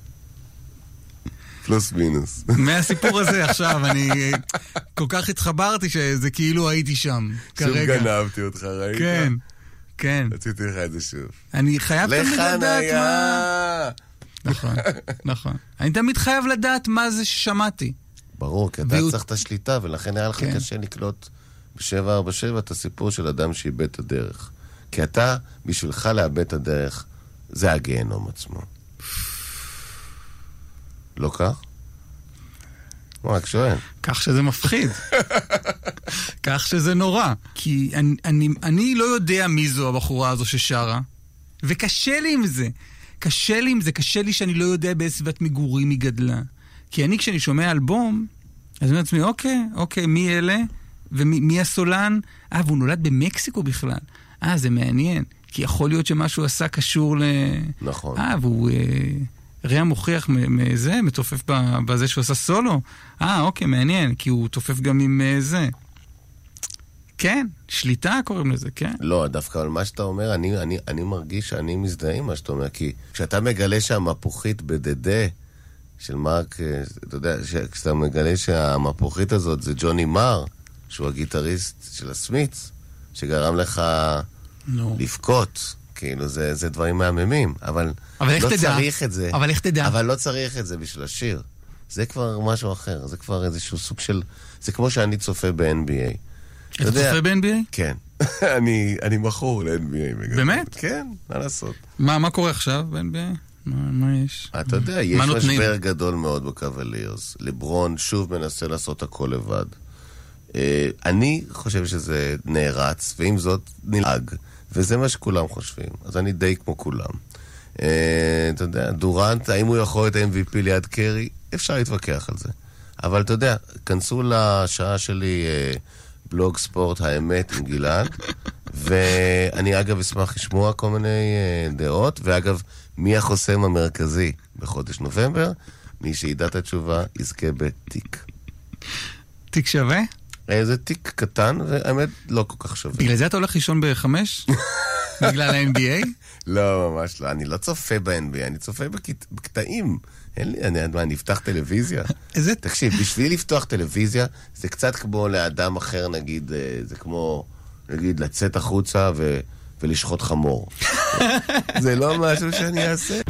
Speaker 2: פלוס מינוס.
Speaker 3: מהסיפור הזה עכשיו, אני כל כך התחברתי שזה כאילו הייתי שם, כרגע.
Speaker 2: שוב גנבתי אותך, ראית?
Speaker 3: כן, כן.
Speaker 2: רציתי לך את זה שוב.
Speaker 3: אני חייב תמיד לדעת מה...
Speaker 2: לחניה!
Speaker 3: נכון, נכון. אני תמיד חייב לדעת מה זה ששמעתי.
Speaker 2: ברור, כי אתה צריך את השליטה, ולכן היה לך
Speaker 3: כן.
Speaker 2: קשה לקלוט ב-שבע ארבע שבע את הסיפור של אדם שאיבד את הדרך. כי אתה, בשבילך לאבד את הדרך, זה הגיהנום עצמו. לא כך? רק שואל.
Speaker 3: כך שזה מפחיד. כך שזה נורא. כי אני, אני, אני לא יודע מי זו הבחורה הזו ששרה, וקשה לי עם זה. קשה לי עם זה, קשה לי שאני לא יודע באיזה סביבת מגורים היא גדלה. כי אני כשאני שומע אלבום, אז אני אומר לעצמי, אוקיי, אוקיי, מי אלה? ומי הסולן? אה, והוא נולד במקסיקו בכלל. אה, זה מעניין. כי יכול להיות שמשהו עשה קשור ל...
Speaker 2: נכון.
Speaker 3: אה, והוא... אה, רע מוכיח מזה, מתופף בזה שהוא עשה סולו. אה, אוקיי, מעניין, כי הוא תופף גם עם זה. כן, שליטה קוראים לזה, כן.
Speaker 2: לא, דווקא על מה שאתה אומר, אני, אני, אני מרגיש שאני מזדהה עם מה שאתה אומר, כי כשאתה מגלה שהמפוחית בדדה של מרק, אתה יודע, כשאתה מגלה שהמפוחית הזאת זה ג'וני מר, שהוא הגיטריסט של הסמיץ, שגרם לך no. לבכות, כאילו זה, זה דברים מהממים, אבל, אבל לא צריך את זה.
Speaker 3: אבל איך תדע?
Speaker 2: אבל לא צריך את זה בשביל השיר. זה כבר משהו אחר, זה כבר איזשהו סוג של... זה כמו שאני צופה ב-אן בי איי.
Speaker 3: אתה צופה ב-אן בי איי?
Speaker 2: כן. אני, אני מכור ל-אן בי איי.
Speaker 3: באמת?
Speaker 2: כן, מה לעשות?
Speaker 3: מה, מה קורה עכשיו ב-אן בי איי? מה, מה יש?
Speaker 2: אתה יודע, יש משבר גדול מאוד בקוולירס. לברון שוב מנסה לעשות הכל לבד. אני חושב שזה נערץ, ועם זאת נלעג. וזה מה שכולם חושבים. אז אני די כמו כולם. אתה יודע, דורנט, האם הוא יכול את ה-אם וי פי ליד קרי? אפשר להתווכח על זה. אבל אתה יודע, כנסו לשעה שלי בלוג ספורט האמת עם גלעד, ואני אגב אשמח לשמוע כל מיני דעות, ואגב, מי החוסם המרכזי בחודש נובמבר? מי שידע את התשובה יזכה בתיק.
Speaker 3: תיק שווה?
Speaker 2: זה תיק קטן, והאמת לא כל כך שווה.
Speaker 3: בגלל זה אתה הולך לישון בחמש? בגלל ה-אן בי איי?
Speaker 2: לא, ממש לא. אני לא צופה ב-אן בי איי, אני צופה בקטעים. אין לי, אני, מה, אני אפתח טלוויזיה? תקשיב, בשביל לפתוח טלוויזיה, זה קצת כמו לאדם אחר, נגיד, זה כמו, נגיד, לצאת החוצה ו... ולשחוט חמור. זה לא משהו שאני אעשה.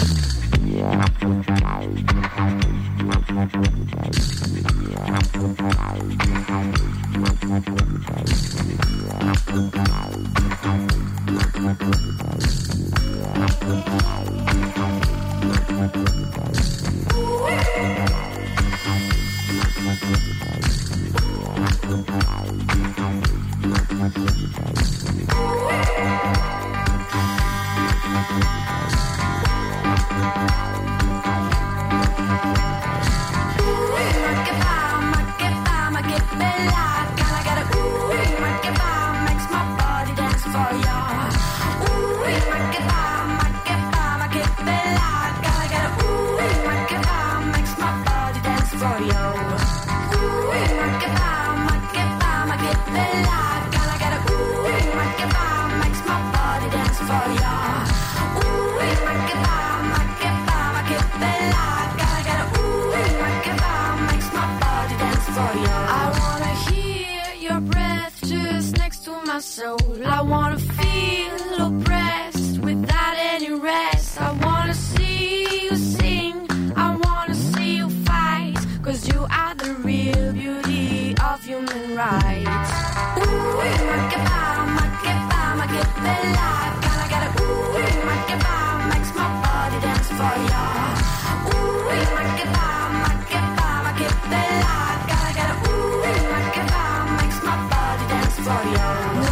Speaker 7: I wanna feel oppressed without any rest. I wanna see you sing, I wanna see you fight, 'cause you are the real beauty of human rights. Ooh, makeba, makeba, makebella, gotta get it. Ooh, makeba, makes my body dance for ya. Ooh, makeba, makeba, makebella, gotta get it. Ooh, makeba, makes my body dance for ya.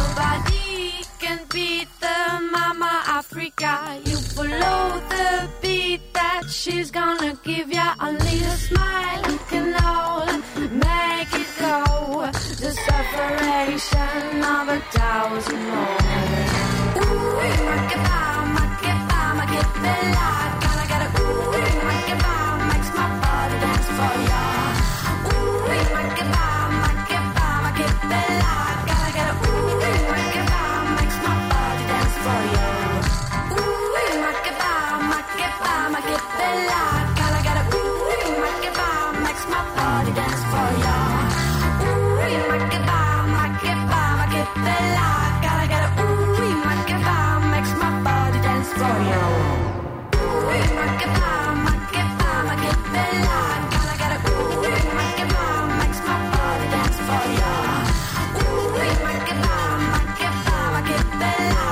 Speaker 7: Beat the mama Africa, you follow the beat that she's gonna give ya. Only a smile can all make it go. The separation of a thousand more. Ooh, makeba, makeba, makebella, gotta get it. Ooh, makeba, makes my body dance for ya. Ooh, makeba, makeba, makebella, gotta get it. Ooh, makeba. For you. Ooh, makeba, makeba, makebella, gotta get it. Ooh, makeba, makes my body dance for you. Ooh, makeba, makeba, makebella, gotta get it. Ooh, makeba, makes my body dance for you. Ooh, makeba, makeba, makebella, gotta get it. Ooh, makeba, makes my body dance for you. Ooh, makeba, makeba, makebella.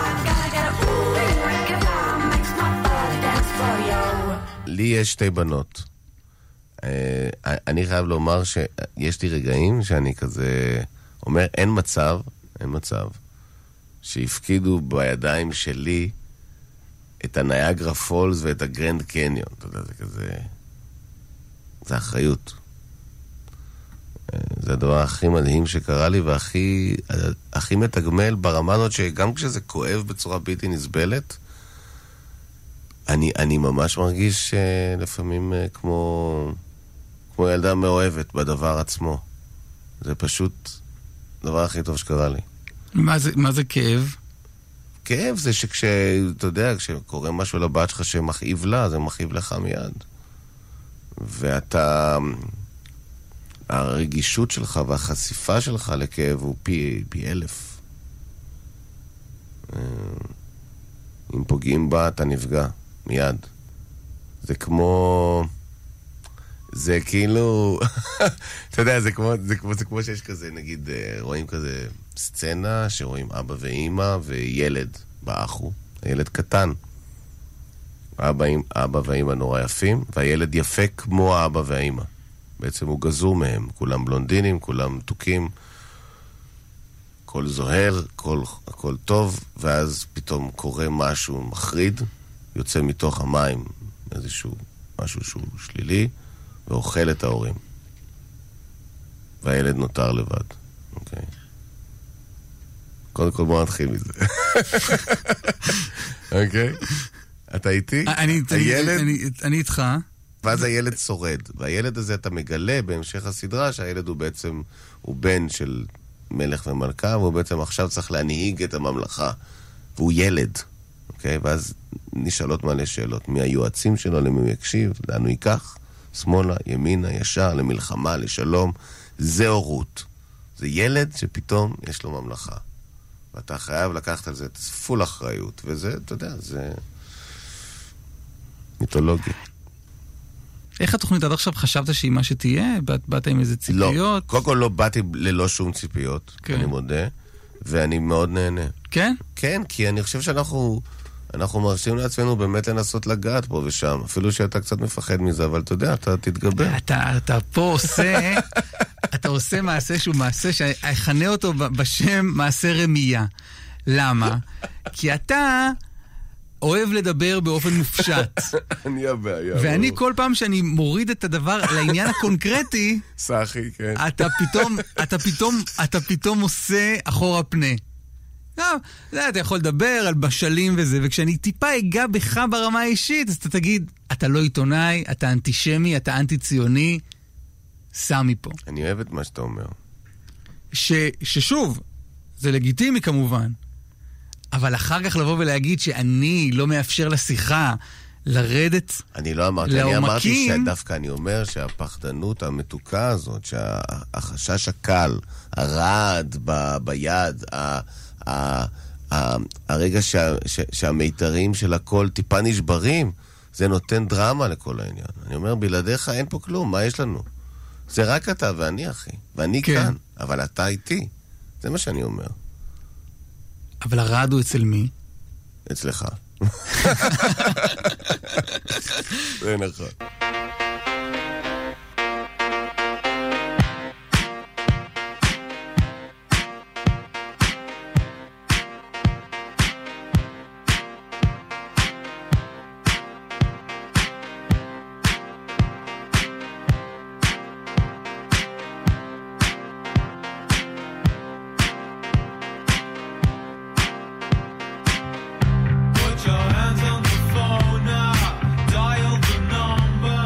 Speaker 2: לי יש שתי בנות. אני חייב לומר שיש לי רגעים שאני כזה אומר, אין מצב, אין מצב, שהפקידו בידיים שלי את הניאגרה פולס ואת הגרנד קניון. אתה יודע, זה כזה... זה אחריות. זה הדבר הכי מדהים שקרה לי, והכי הכי מתגמל ברמה הזאת, שגם כשזה כואב בצורה בלתי נסבלת, אני, אני ממש מרגיש לפעמים כמו, כמו ילדה מאוהבת בדבר עצמו. זה פשוט הדבר הכי טוב שקרה לי.
Speaker 3: מה זה, מה זה כאב?
Speaker 2: כאב זה שכש, אתה יודע, כשקורה משהו לבת שלך שמכאיב לה, זה מכאיב לך מיד. ואתה, הרגישות שלך והחשיפה שלך לכאב הוא פי, פי אלף. אם פוגעים בה, אתה נפגע. מיד. זה כמו... זה כאילו... אתה יודע, זה כמו, זה כמו, זה כמו שיש כזה, נגיד, רואים כזה סצנה שרואים אבא ואמא וילד באחו. הילד קטן. אבא, אבא ואמא נורא יפים, והילד יפה כמו האבא והאמא. בעצם הוא גזור מהם. כולם בלונדינים, כולם מתוקים. כל זוהר, כל, הכל טוב, ואז פתאום קורה משהו מחריד, יוצא מתוך המים איזשהו משהו שהוא שלילי, ואוכל את ההורים. והילד נותר לבד. אוקיי. קודם כל בוא נתחיל מזה. אוקיי? אתה איתי?
Speaker 3: אני,
Speaker 2: הילד...
Speaker 3: אני, אני איתך.
Speaker 2: ואז הילד שורד. והילד הזה אתה מגלה בהמשך הסדרה שהילד הוא בעצם, הוא בן של מלך ומלכה, והוא בעצם עכשיו צריך להנהיג את הממלכה. והוא ילד, אוקיי? ואז נשאלות מלא שאלות. מי היועצים שלו, למי הוא יקשיב, לאן הוא ייקח? שמאלה, ימינה, ישר, למלחמה, לשלום. זה הורות. זה ילד שפתאום יש לו ממלכה. ואתה חייב לקחת על זה פול אחריות. וזה, אתה יודע, זה מיתולוגי.
Speaker 3: איך התוכנית עד עכשיו חשבת שהיא מה שתהיה? באת, באת עם איזה ציפיות?
Speaker 2: לא, קודם כל לא באתי ללא שום ציפיות, כן. אני מודה, ואני מאוד נהנה.
Speaker 3: כן?
Speaker 2: כן, כי אני חושב שאנחנו אנחנו מרשים לעצמנו באמת לנסות לגעת פה ושם, אפילו שאתה קצת מפחד מזה, אבל אתה יודע, אתה תתגבר.
Speaker 3: אתה, אתה פה עושה, אתה עושה מעשה שהוא מעשה, שאכנה אותו בשם מעשה רמייה. למה? כי אתה אוהב לדבר באופן מופשט.
Speaker 2: אני הבעיה.
Speaker 3: ואני כל פעם שאני מוריד את הדבר לעניין הקונקרטי,
Speaker 2: סחי, כן.
Speaker 3: אתה פתאום, אתה פתאום, אתה פתאום עושה אחורה פנה. לא, אתה יכול לדבר על בשלים וזה, וכשאני טיפה אגע בך ברמה האישית, אז אתה תגיד, אתה לא עיתונאי, אתה אנטישמי, אתה אנטי-ציוני, סמי פה.
Speaker 2: אני אוהב את מה שאתה אומר.
Speaker 3: ש, ששוב, זה לגיטימי כמובן, אבל אחר כך לבוא ולהגיד שאני לא מאפשר לשיחה לרדת
Speaker 2: אני לא אמרתי,
Speaker 3: לעומקים,
Speaker 2: אני אמרתי שדווקא אני אומר שהפחדנות המתוקה הזאת, שהחשש הקל, הרעד ב, ביד, ה, ה, ה, הרגע שה, ש, שהמיתרים של הכל טיפה נשברים, זה נותן דרמה לכל העניין. אני אומר, בלעדיך אין פה כלום, מה יש לנו? זה רק אתה ואני, אחי. ואני כן. כאן, אבל אתה איתי. זה מה שאני אומר.
Speaker 3: אבל הרעד הוא אצל מי?
Speaker 2: אצלך. זה נכון.
Speaker 6: Put your hands on the phone now, dial the number.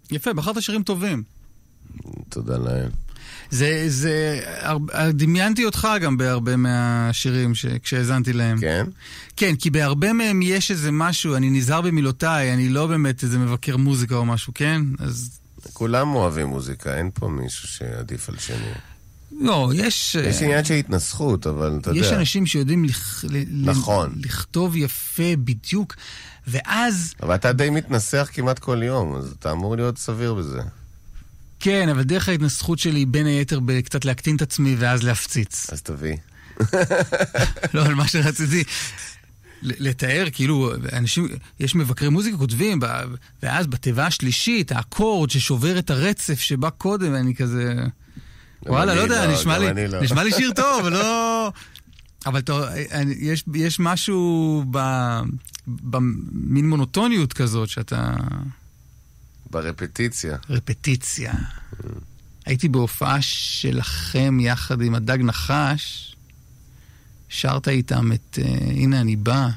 Speaker 3: יפה, בחרת שירים טובים.
Speaker 2: תודה להם.
Speaker 3: זה, זה, דמיינתי אותך גם בהרבה מהשירים כשהזנתי להם.
Speaker 2: כן?
Speaker 3: כן, כי בהרבה מהם יש איזה משהו, אני נזהר במילותיי, אני לא באמת איזה מבקר מוזיקה או משהו, כן? אז...
Speaker 2: כולם אוהבים מוזיקה, אין פה מישהו שעדיף על שני.
Speaker 3: לא, יש...
Speaker 2: יש עניין של התנסחות, אבל אתה יודע...
Speaker 3: יש אנשים שיודעים לכ...
Speaker 2: נכון.
Speaker 3: לכתוב יפה בדיוק, ואז...
Speaker 2: אבל אתה די מתנסח כמעט כל יום, אז אתה אמור להיות סביר בזה.
Speaker 3: כן, אבל דרך ההתנסחות שלי בין היתר בקצת להקטין את עצמי ואז להפציץ.
Speaker 2: אז תביא.
Speaker 3: לא, על מה שרציתי לתאר, כאילו, אנשים, יש מבקרי מוזיקה כותבים, ואז בתיבה השלישית, האקורד ששובר את הרצף שבא קודם, ואני כזה... וואלה, לא יודע, נשמע לי שיר טוב, לא... אבל יש משהו במין מונוטוניות כזאת שאתה...
Speaker 2: ברפטיציה.
Speaker 3: רפטיציה. הייתי בהופעה שלכם יחד עם הדג נחש, שרת איתם את הנה אני בא.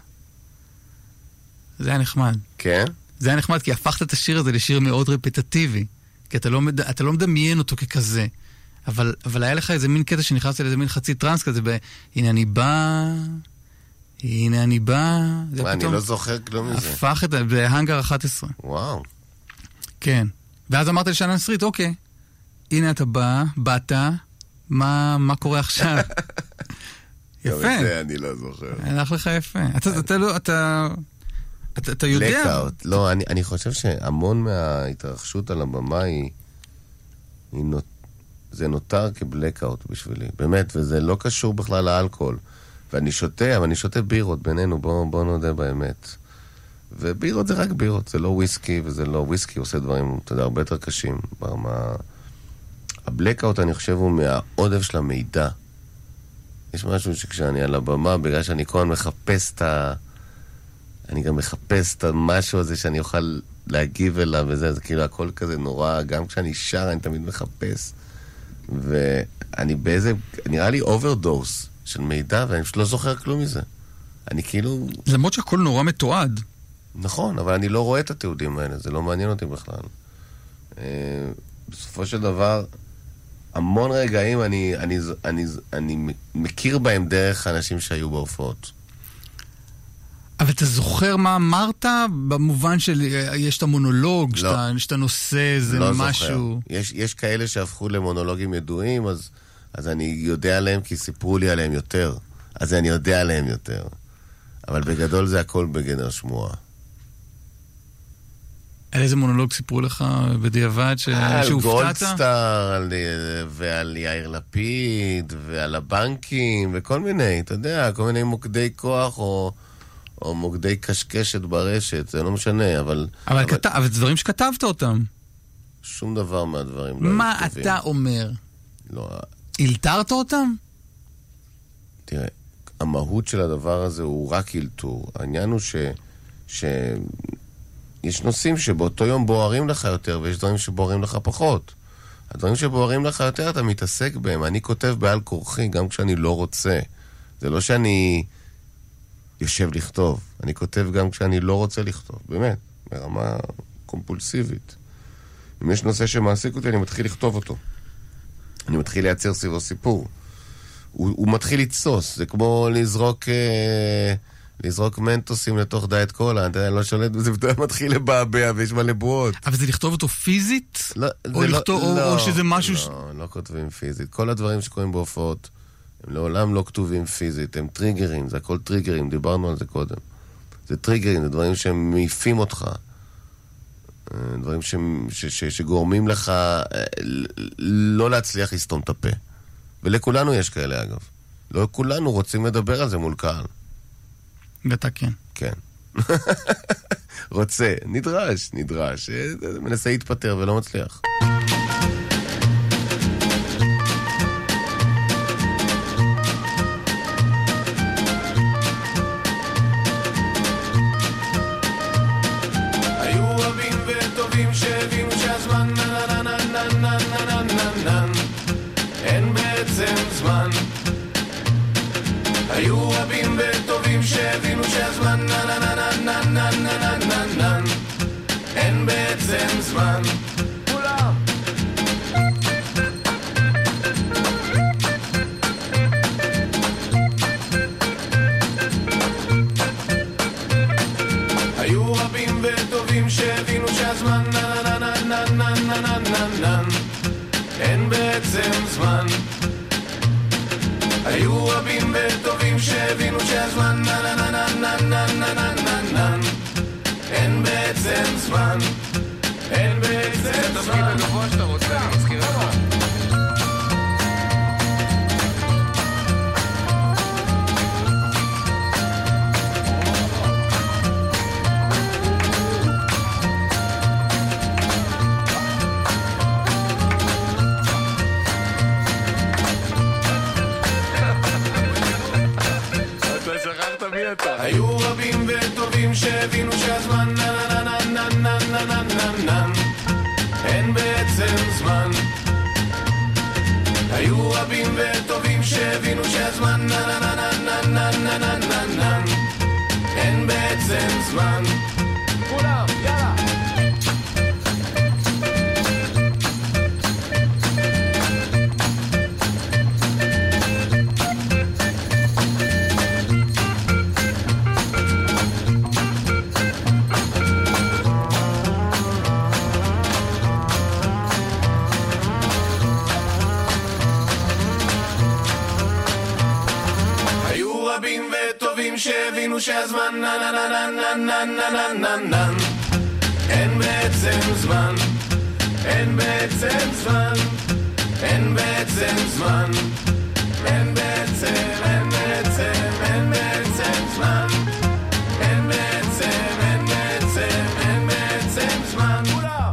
Speaker 3: זה היה נחמד.
Speaker 2: כן?
Speaker 3: זה היה נחמד כי הפכת את השיר הזה לשיר מאוד רפטטיבי, כי אתה לא, מד... אתה לא מדמיין אותו ככזה. אבל, אבל היה לך איזה מין קטע שנכנס לאיזה מין חצי טרנס כזה, הנה אני בא, הנה אני בא.
Speaker 2: מה, אני לא זוכר כלום מזה.
Speaker 3: הפך את זה, בהנגר אחת עשרה.
Speaker 2: וואו.
Speaker 3: כן. ואז אמרת לשנה נסרית, אוקיי, הנה אתה בא, באת, מה, מה קורה עכשיו? יפה.
Speaker 2: זה אני לא זוכר.
Speaker 3: הלך לך יפה. אתה, אתה לא, אתה, אתה, אתה יודע.
Speaker 2: בלקאוט. לא, אני, אני חושב שהמון מההתרחשות על הבמה היא, היא נות... זה נותר כבלקאוט בשבילי, באמת, וזה לא קשור בכלל לאלכוהול. ואני שותה, אבל אני שותה בירות בינינו, בוא, בוא נודה באמת. ובירות זה רק בירות, זה לא וויסקי, וזה לא וויסקי, עושה דברים, אתה יודע, הרבה יותר קשים. ברמה... הבלקאוט, אני חושב, הוא מהעודף של המידע. יש משהו שכשאני על הבמה, בגלל שאני כל הזמן מחפש את ה... אני גם מחפש את המשהו הזה שאני אוכל להגיב אליו וזה, זה כאילו הכל כזה נורא, גם כשאני שר אני תמיד מחפש. ואני באיזה, נראה לי אוברדוס של מידע, ואני פשוט לא זוכר כלום מזה. אני כאילו...
Speaker 3: למרות שהכל נורא מתועד.
Speaker 2: נכון, אבל אני לא רואה את התיעודים האלה, זה לא מעניין אותי בכלל. בסופו של דבר, המון רגעים אני, אני, אני, אני מכיר בהם דרך האנשים שהיו בהופעות.
Speaker 3: אבל אתה זוכר מה אמרת? במובן של יש את המונולוג,
Speaker 2: לא.
Speaker 3: שאתה, שאתה נושא איזה
Speaker 2: לא
Speaker 3: משהו.
Speaker 2: יש, יש כאלה שהפכו למונולוגים ידועים, אז, אז אני יודע עליהם כי סיפרו לי עליהם יותר. אז אני יודע עליהם יותר. אבל בגדול זה הכל בגדר שמועה.
Speaker 3: על איזה מונולוג סיפרו לך בדיעבד ש...
Speaker 2: על
Speaker 3: שהופתעת?
Speaker 2: גולדסטאר, על... ועל יאיר לפיד, ועל הבנקים, וכל מיני, אתה יודע, כל מיני מוקדי כוח או... או מוקדי קשקשת ברשת, זה לא משנה, אבל...
Speaker 3: אבל, אבל... כת... אבל דברים שכתבת אותם.
Speaker 2: שום דבר מהדברים לא...
Speaker 3: מה אתה אומר?
Speaker 2: לא...
Speaker 3: הלתרת אותם?
Speaker 2: תראה, המהות של הדבר הזה הוא רק הלתור. העניין הוא ש... ש... יש נושאים שבאותו יום בוערים לך יותר, ויש דברים שבוערים לך פחות. הדברים שבוערים לך יותר, אתה מתעסק בהם. אני כותב בעל כורחי, גם כשאני לא רוצה. זה לא שאני... יושב לכתוב. אני כותב גם כשאני לא רוצה לכתוב, באמת, ברמה קומפולסיבית. אם יש נושא שמעסיק אותי, אני מתחיל לכתוב אותו. אני מתחיל לייצר סביבו סיפור. הוא, הוא מתחיל לצוס, זה כמו לזרוק, אה, לזרוק מנטוסים לתוך דיאט קולה, אני לא שולט בזה, ואתה מתחיל לבעבע ויש מלא בועות.
Speaker 3: אבל זה לכתוב אותו פיזית?
Speaker 2: לא,
Speaker 3: או,
Speaker 2: זה
Speaker 3: לכתוב,
Speaker 2: לא,
Speaker 3: או,
Speaker 2: לא,
Speaker 3: או שזה משהו...
Speaker 2: לא,
Speaker 3: ש...
Speaker 2: לא כותבים פיזית. כל הדברים שקוראים בהופעות, הם לעולם לא כתובים פיזית, הם טריגרים, זה הכל טריגרים, דיברנו על זה קודם. זה טריגרים, זה דברים שהם מעיפים אותך. דברים ש, ש, ש, שגורמים לך לא להצליח לסתום את הפה. ולכולנו יש כאלה אגב. לא כולנו רוצים לדבר על זה מול קהל.
Speaker 3: ואתה כן.
Speaker 2: כן. רוצה, נדרש, נדרש. מנסה להתפטר ולא מצליח.
Speaker 6: היו רבים וטובים שהבינו שהזמן נא נא נא נא נא נא נא נא נא אין בעצם זמן רבים וטובים שהבינו שהזמן נא נא נא נא נא נא נא נא נא אין בעצם זמן אין בעצם זמן זה תפקיד הגבוה שאתה רוצה, אני מזכיר לך היו רבים וטובים שהבינו שהזמן נא נא נא נא נא נא נא נא נא אין בעצם זמן היו רבים וטובים שהבינו שהזמן נא נא נא נא נא נא נא נא נא אין בעצם זמן כולם, יאללה שהבינו שהזמן נא נא נא נא נא נא נא נא נא אין בעצם זמן אין בעצם זמן אין בעצם זמן אין בעצם אין בעצם אין בעצם זמן אין בעצם אין בעצם אין בעצם זמן כולם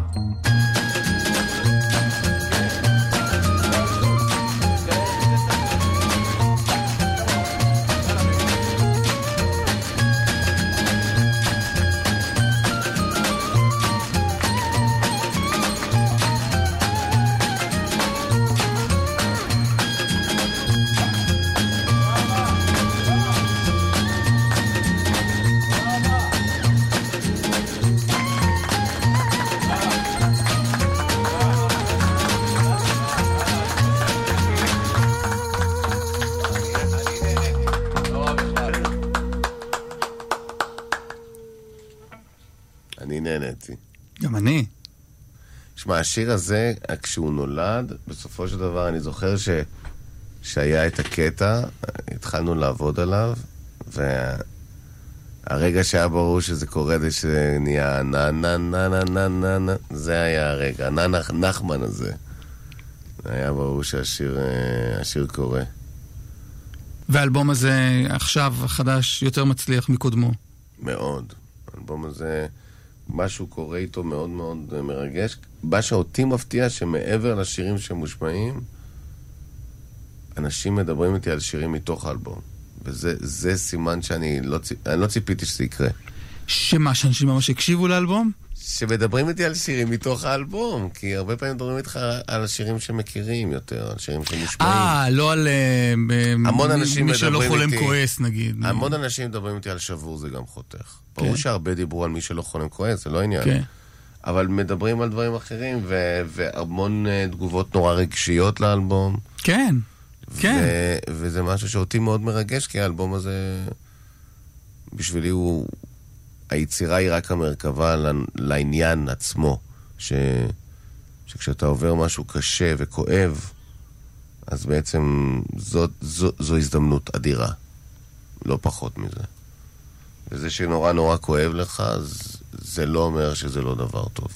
Speaker 3: גם אני.
Speaker 2: שמע, השיר הזה, כשהוא נולד, בסופו של דבר אני זוכר ש... שהיה את הקטע, התחלנו לעבוד עליו, והרגע שהיה ברור שזה קורה, זה שנהיה נה נה נה נה נה נה נה, זה היה הרגע, נה נחמן הזה. היה ברור שהשיר השיר קורה.
Speaker 3: והאלבום הזה עכשיו החדש יותר מצליח מקודמו.
Speaker 2: מאוד. האלבום הזה... משהו קורה איתו מאוד מאוד מרגש. מה שאותי מפתיע שמעבר לשירים שמושמעים, אנשים מדברים איתי על שירים מתוך האלבום. וזה זה סימן שאני לא, אני לא ציפיתי שזה יקרה.
Speaker 3: שמה, שאנשים ממש הקשיבו לאלבום?
Speaker 2: שמדברים איתי על שירים מתוך האלבום, כי הרבה פעמים מדברים איתך על השירים שמכירים יותר, על שירים שמושמעים.
Speaker 3: אה, לא על
Speaker 2: המון אנשים
Speaker 3: מי שלא חולם כועס, נגיד.
Speaker 2: המון אנשים מדברים איתי על שבור, זה גם חותך. ברור שהרבה דיברו על מי שלא חולם כועס, זה לא עניין. אבל מדברים על דברים אחרים, והמון תגובות נורא רגשיות לאלבום.
Speaker 3: כן, כן.
Speaker 2: וזה משהו שאותי מאוד מרגש, כי האלבום הזה, בשבילי הוא... היצירה היא רק המרכבה לעניין עצמו, ש... שכשאתה עובר משהו קשה וכואב, אז בעצם זו, זו, זו הזדמנות אדירה, לא פחות מזה. וזה שנורא נורא כואב לך, אז זה לא אומר שזה לא דבר טוב.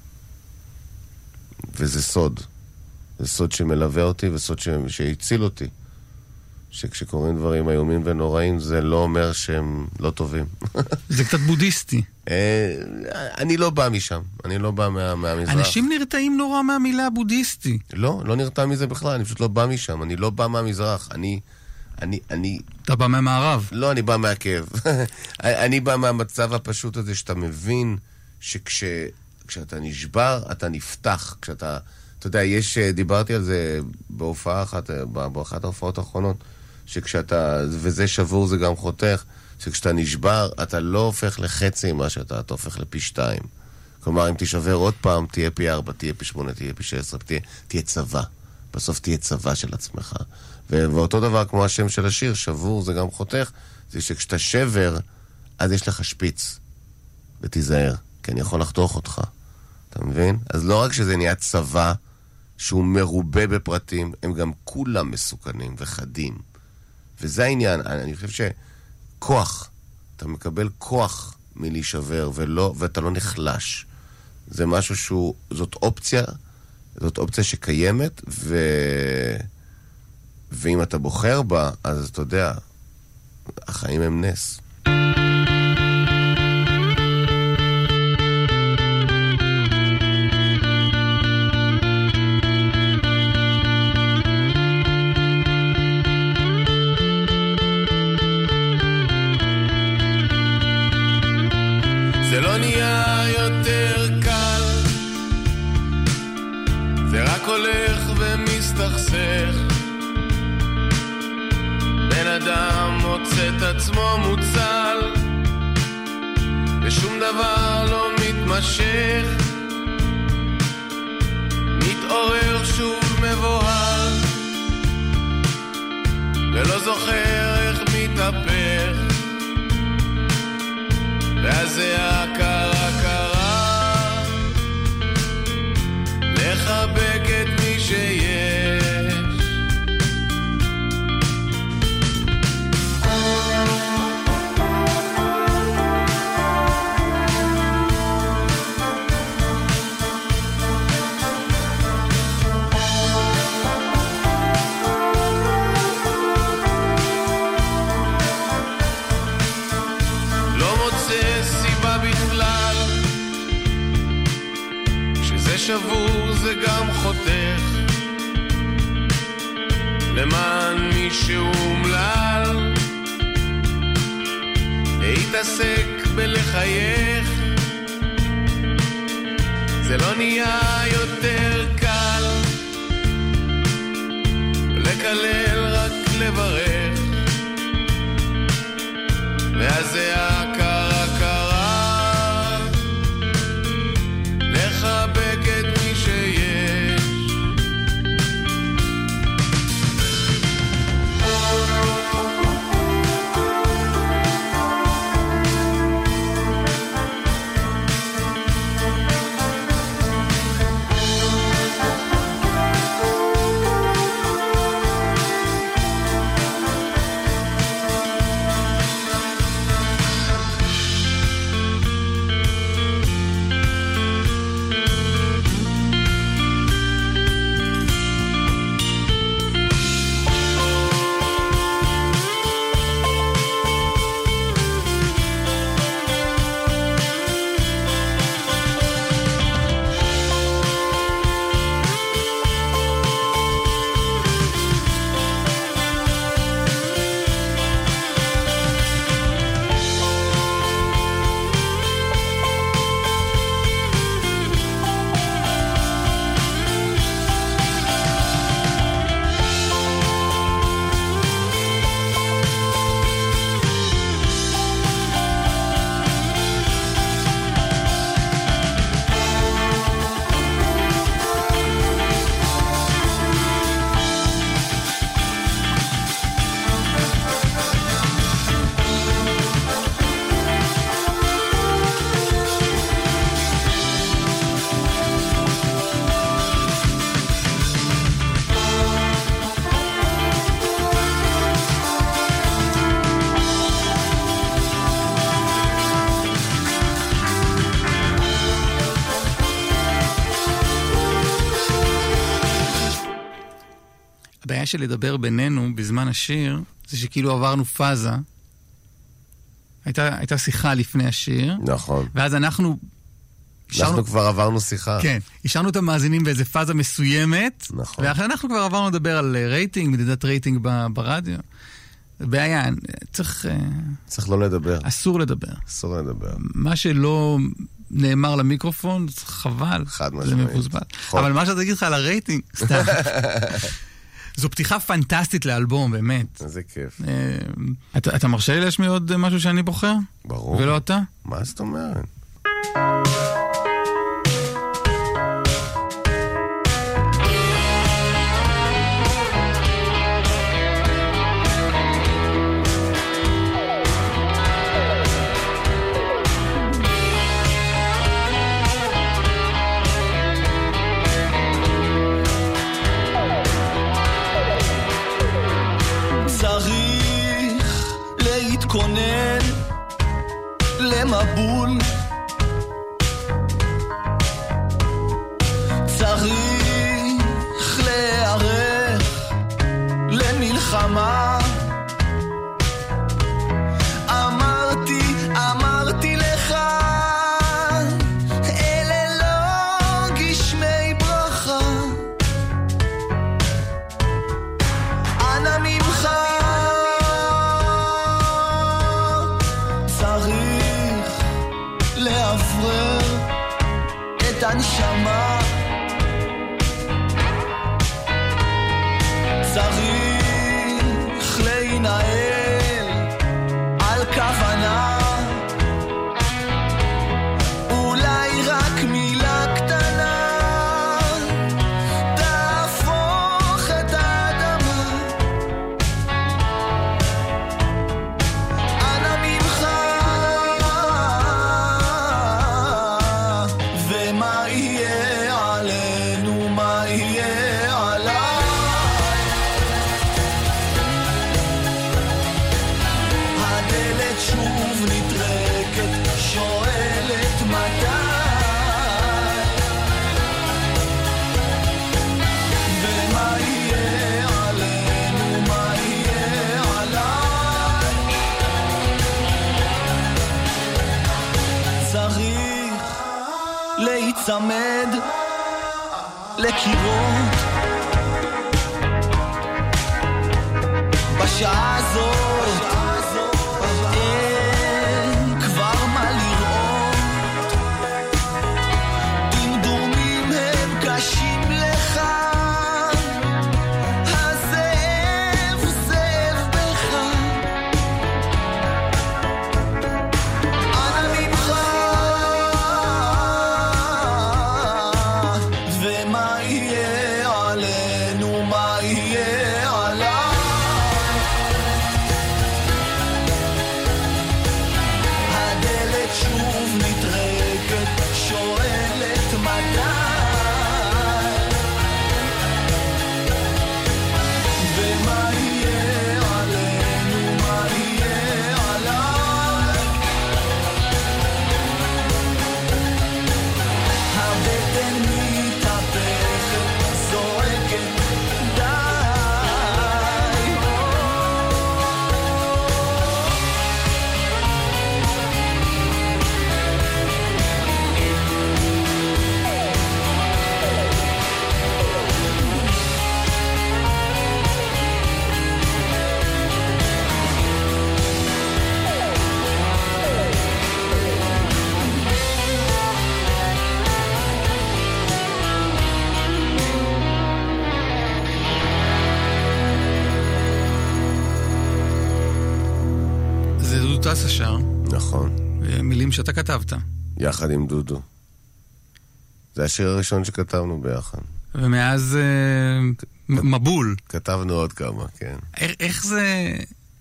Speaker 2: וזה סוד. זה סוד שמלווה אותי וסוד ש... שהציל אותי. שכשקוראים דברים איומים ונוראים, זה לא אומר שהם לא טובים.
Speaker 3: זה קצת בודהיסטי.
Speaker 2: אני לא בא משם, אני לא בא מה, מהמזרח.
Speaker 3: אנשים נרתעים נורא מהמילה בודהיסטי.
Speaker 2: לא, לא נרתע מזה בכלל, אני פשוט לא בא משם, אני לא בא מהמזרח, אני... אני, אני...
Speaker 3: אתה בא מהמערב.
Speaker 2: לא, אני בא מהכאב. אני בא מהמצב הפשוט הזה שאתה מבין שכשאתה נשבר, אתה נפתח. כשאתה... אתה יודע, יש... דיברתי על זה בהופעה אחת, באחת ההופעות האחרונות, שכשאתה... וזה שבור זה גם חותך, שכשאתה נשבר, אתה לא הופך לחצי מה שאתה, אתה הופך לפי שתיים. כלומר, אם תשבר עוד פעם, תהיה פי ארבע, תהיה פי שמונה, תהיה פי שש עשרה, תהיה, תהיה צבא. בסוף תהיה צבא של עצמך. ואותו דבר כמו השם של השיר, שבור זה גם חותך, זה שכשאתה שבר, אז יש לך שפיץ. ותיזהר, כי אני יכול לחתוך אותך. אתה מבין? אז לא רק שזה נהיה צבא, שהוא מרובה בפרטים, הם גם כולם מסוכנים וחדים. וזה העניין, אני חושב שכוח, אתה מקבל כוח מלהישבר, ולא, ואתה לא נחלש. זה משהו שהוא, זאת אופציה, זאת אופציה שקיימת, ו... ואם אתה בוחר בה, אז אתה יודע, החיים הם נס.
Speaker 6: זה לא נהיה יותר קל, זה רק הולך ומסתכסך. בן אדם מוצא את עצמו מוצל, ושום דבר לא מתמשך. מתעורר שוב מבוהל, ולא זוכר איך מתהפך. ואז זה הכרה קרה, לחבק את מי שיש. שבור זה גם חותך למען מישהו מלל, להתעסק בלחייך. זה לא נהיה יותר קל, לקלל רק לברך. ואז זה הכרה קרה, לחבק את מי שיש.
Speaker 3: הבעיה של לדבר בינינו בזמן השיר, זה שכאילו עברנו פאזה. הייתה, הייתה שיחה לפני השיר.
Speaker 2: נכון.
Speaker 3: ואז אנחנו...
Speaker 2: אנחנו שרנו, כבר עברנו שיחה.
Speaker 3: כן. השארנו את המאזינים באיזה פאזה מסוימת.
Speaker 2: נכון.
Speaker 3: ואחרי אנחנו כבר עברנו לדבר על רייטינג, מדידת רייטינג ברדיו. בעיה, צריך...
Speaker 2: צריך לא לדבר.
Speaker 3: אסור לדבר.
Speaker 2: אסור לדבר.
Speaker 3: מה שלא נאמר למיקרופון, זה חבל.
Speaker 2: חד משמעית.
Speaker 3: זה מבוזבז. אבל מה שאתה תגיד לך על הרייטינג, סתם. זו פתיחה פנטסטית לאלבום, באמת.
Speaker 2: איזה כיף.
Speaker 3: אתה, אתה מרשה לי להשמיע עוד משהו שאני בוחר?
Speaker 2: ברור.
Speaker 3: ולא אתה?
Speaker 2: מה זאת אומרת?
Speaker 6: צריך
Speaker 9: מתכונן למבול, צריך להיערך למלחמה. אמרתי, אמרתי לך, אלה לא גשמי ברכה. אנא ממך, צריך להברר את הנשמה. צריך להינעל על כוונה, אולי רק מילה קטנה תהפוך את האדמה. אנא ממך, ומה יהיה עלינו, מה יהיה עליי. שוב נטרקת, שואלת מתי, ומה יהיה עלינו, מה יהיה עליי. צריך להיצמד לקירות בשעה הזאת.
Speaker 3: טס השר.
Speaker 2: נכון.
Speaker 3: מילים שאתה כתבת.
Speaker 2: יחד עם דודו. זה השיר הראשון שכתבנו ביחד.
Speaker 3: ומאז אה, מבול.
Speaker 2: כתבנו עוד כמה, כן.
Speaker 3: איך, איך זה...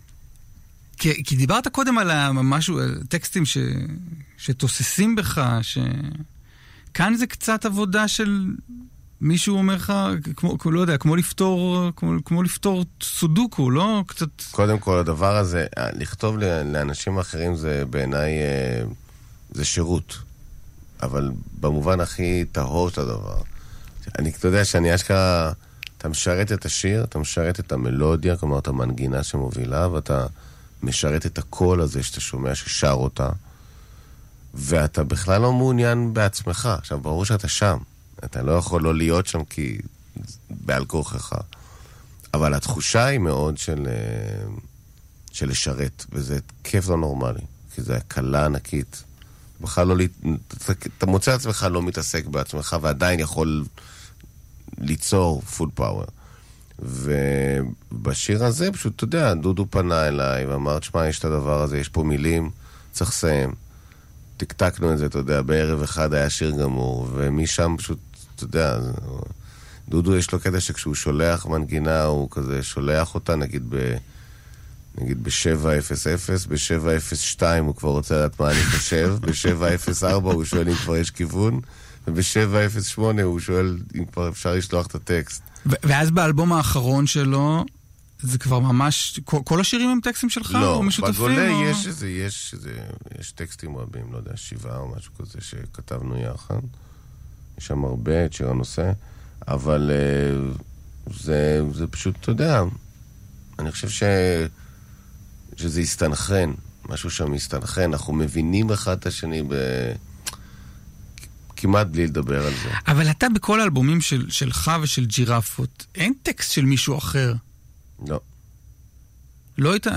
Speaker 3: כי, כי דיברת קודם על משהו, על טקסטים ש, שתוססים בך, שכאן זה קצת עבודה של... מישהו אומר לך, כמו, לא יודע, כמו לפתור, כמו, כמו לפתור סודוקו, לא? קצת...
Speaker 2: קודם כל, הדבר הזה, לכתוב לאנשים אחרים זה בעיניי, זה שירות. אבל במובן הכי טהור של הדבר. אני, אתה יודע שאני אשכרה, אתה משרת את השיר, אתה משרת את המלודיה, כלומר, את המנגינה שמובילה, ואתה משרת את הקול הזה שאתה שומע, ששר אותה, ואתה בכלל לא מעוניין בעצמך. עכשיו, ברור שאתה שם. אתה לא יכול לא להיות שם כי בעל כוחך. אבל התחושה היא מאוד של, של לשרת, וזה כיף לא נורמלי, כי זה הקלה ענקית. בכלל לא, אתה, אתה מוצא עצמך לא מתעסק בעצמך, ועדיין יכול ליצור פול פאוור. ובשיר הזה פשוט, אתה יודע, דודו פנה אליי ואמר, שמה, יש את הדבר הזה, יש פה מילים, צריך לסיים. תקתקנו את זה, אתה יודע, בערב אחד היה שיר גמור, ומשם פשוט, אתה יודע, דודו יש לו קטע שכשהוא שולח מנגינה, הוא כזה שולח אותה, נגיד ב... נגיד ב-שבע אפס אפס, ב-שבע אפס שתיים הוא כבר רוצה לדעת מה אני חושב, ב-שבע אפס ארבע הוא שואל אם כבר יש כיוון, וב-שבע אפס שמונה הוא שואל אם כבר אפשר לשלוח את הטקסט.
Speaker 3: ו- ואז באלבום האחרון שלו, זה כבר ממש, כל, כל השירים הם טקסטים שלך?
Speaker 2: לא,
Speaker 3: או משותפים?
Speaker 2: בגולה
Speaker 3: או...
Speaker 2: יש איזה, יש איזה, יש טקסטים רבים, לא יודע, שבעה או משהו כזה שכתבנו יחד. יש שם הרבה את שיר הנושא, אבל זה, זה פשוט, אתה יודע, אני חושב ש, שזה הסתנחן, משהו שם הסתנחן, אנחנו מבינים אחד את השני ב... כמעט בלי לדבר על זה.
Speaker 3: אבל אתה בכל האלבומים של, שלך ושל ג'ירפות, אין טקסט של מישהו אחר.
Speaker 2: לא.
Speaker 3: לא היית,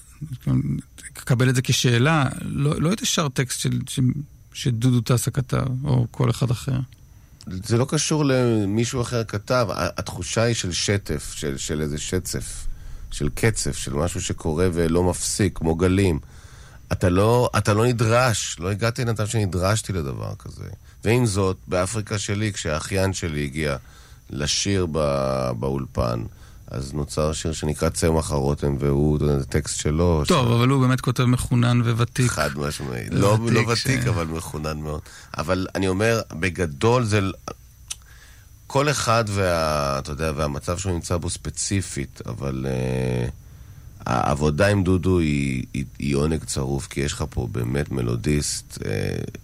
Speaker 3: קבל את זה כשאלה, לא, לא היית שר טקסט של, של, שדודו טסה כתב, או כל אחד אחר.
Speaker 2: זה לא קשור למישהו אחר כתב, התחושה היא של שטף, של, של איזה שצף, של קצף, של משהו שקורה ולא מפסיק, כמו גלים. אתה לא, אתה לא נדרש, לא הגעתי לנתב שנדרשתי לדבר כזה. ועם זאת, באפריקה שלי, כשהאחיין שלי הגיע לשיר בא, באולפן, אז נוצר שיר שנקרא צמח הרותם, והוא, אתה יודע, זה טקסט שלו.
Speaker 3: טוב,
Speaker 2: ש...
Speaker 3: אבל הוא באמת כותב מחונן וותיק.
Speaker 2: חד משמעי. לא, לא ותיק, ש... אבל מחונן מאוד. אבל אני אומר, בגדול זה... כל אחד וה, אתה יודע, והמצב שהוא נמצא בו ספציפית, אבל... Uh, העבודה עם דודו היא, היא, היא עונג צרוף, כי יש לך פה באמת מלודיסט, אה,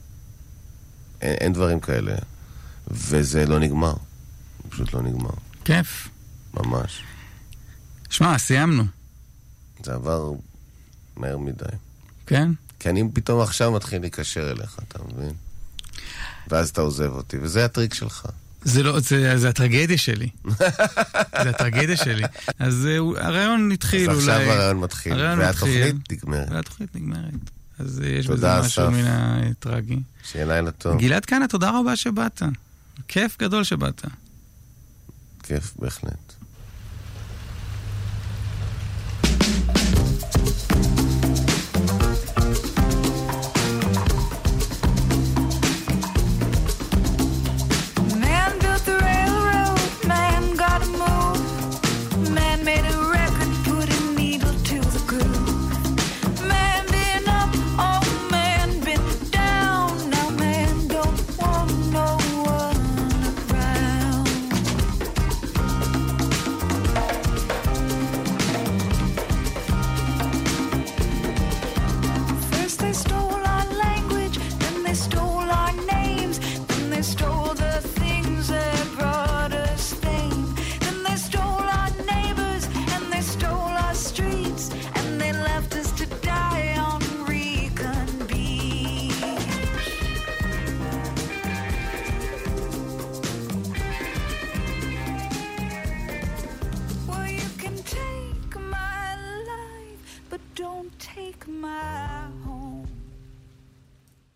Speaker 2: אין, אין דברים כאלה, וזה לא נגמר, פשוט לא נגמר.
Speaker 3: כיף.
Speaker 2: ממש.
Speaker 3: שמע, סיימנו.
Speaker 2: זה עבר מהר מדי.
Speaker 3: כן?
Speaker 2: כי אני פתאום עכשיו מתחיל להיקשר אליך, אתה מבין? ואז אתה עוזב אותי, וזה הטריק שלך.
Speaker 3: זה לא, זה, זה הטרגדיה שלי. זה הטרגדיה שלי. אז הרעיון התחיל
Speaker 2: אז
Speaker 3: אולי...
Speaker 2: עכשיו הרעיון מתחיל, והתוכנית נגמרת.
Speaker 3: והתוכנית נגמרת. אז יש בזה משהו מן הטרגי.
Speaker 2: שיהיה לילה טוב.
Speaker 3: גלעד כהנא, תודה רבה שבאת. כיף גדול שבאת.
Speaker 2: כיף, בהחלט.
Speaker 10: Don't take my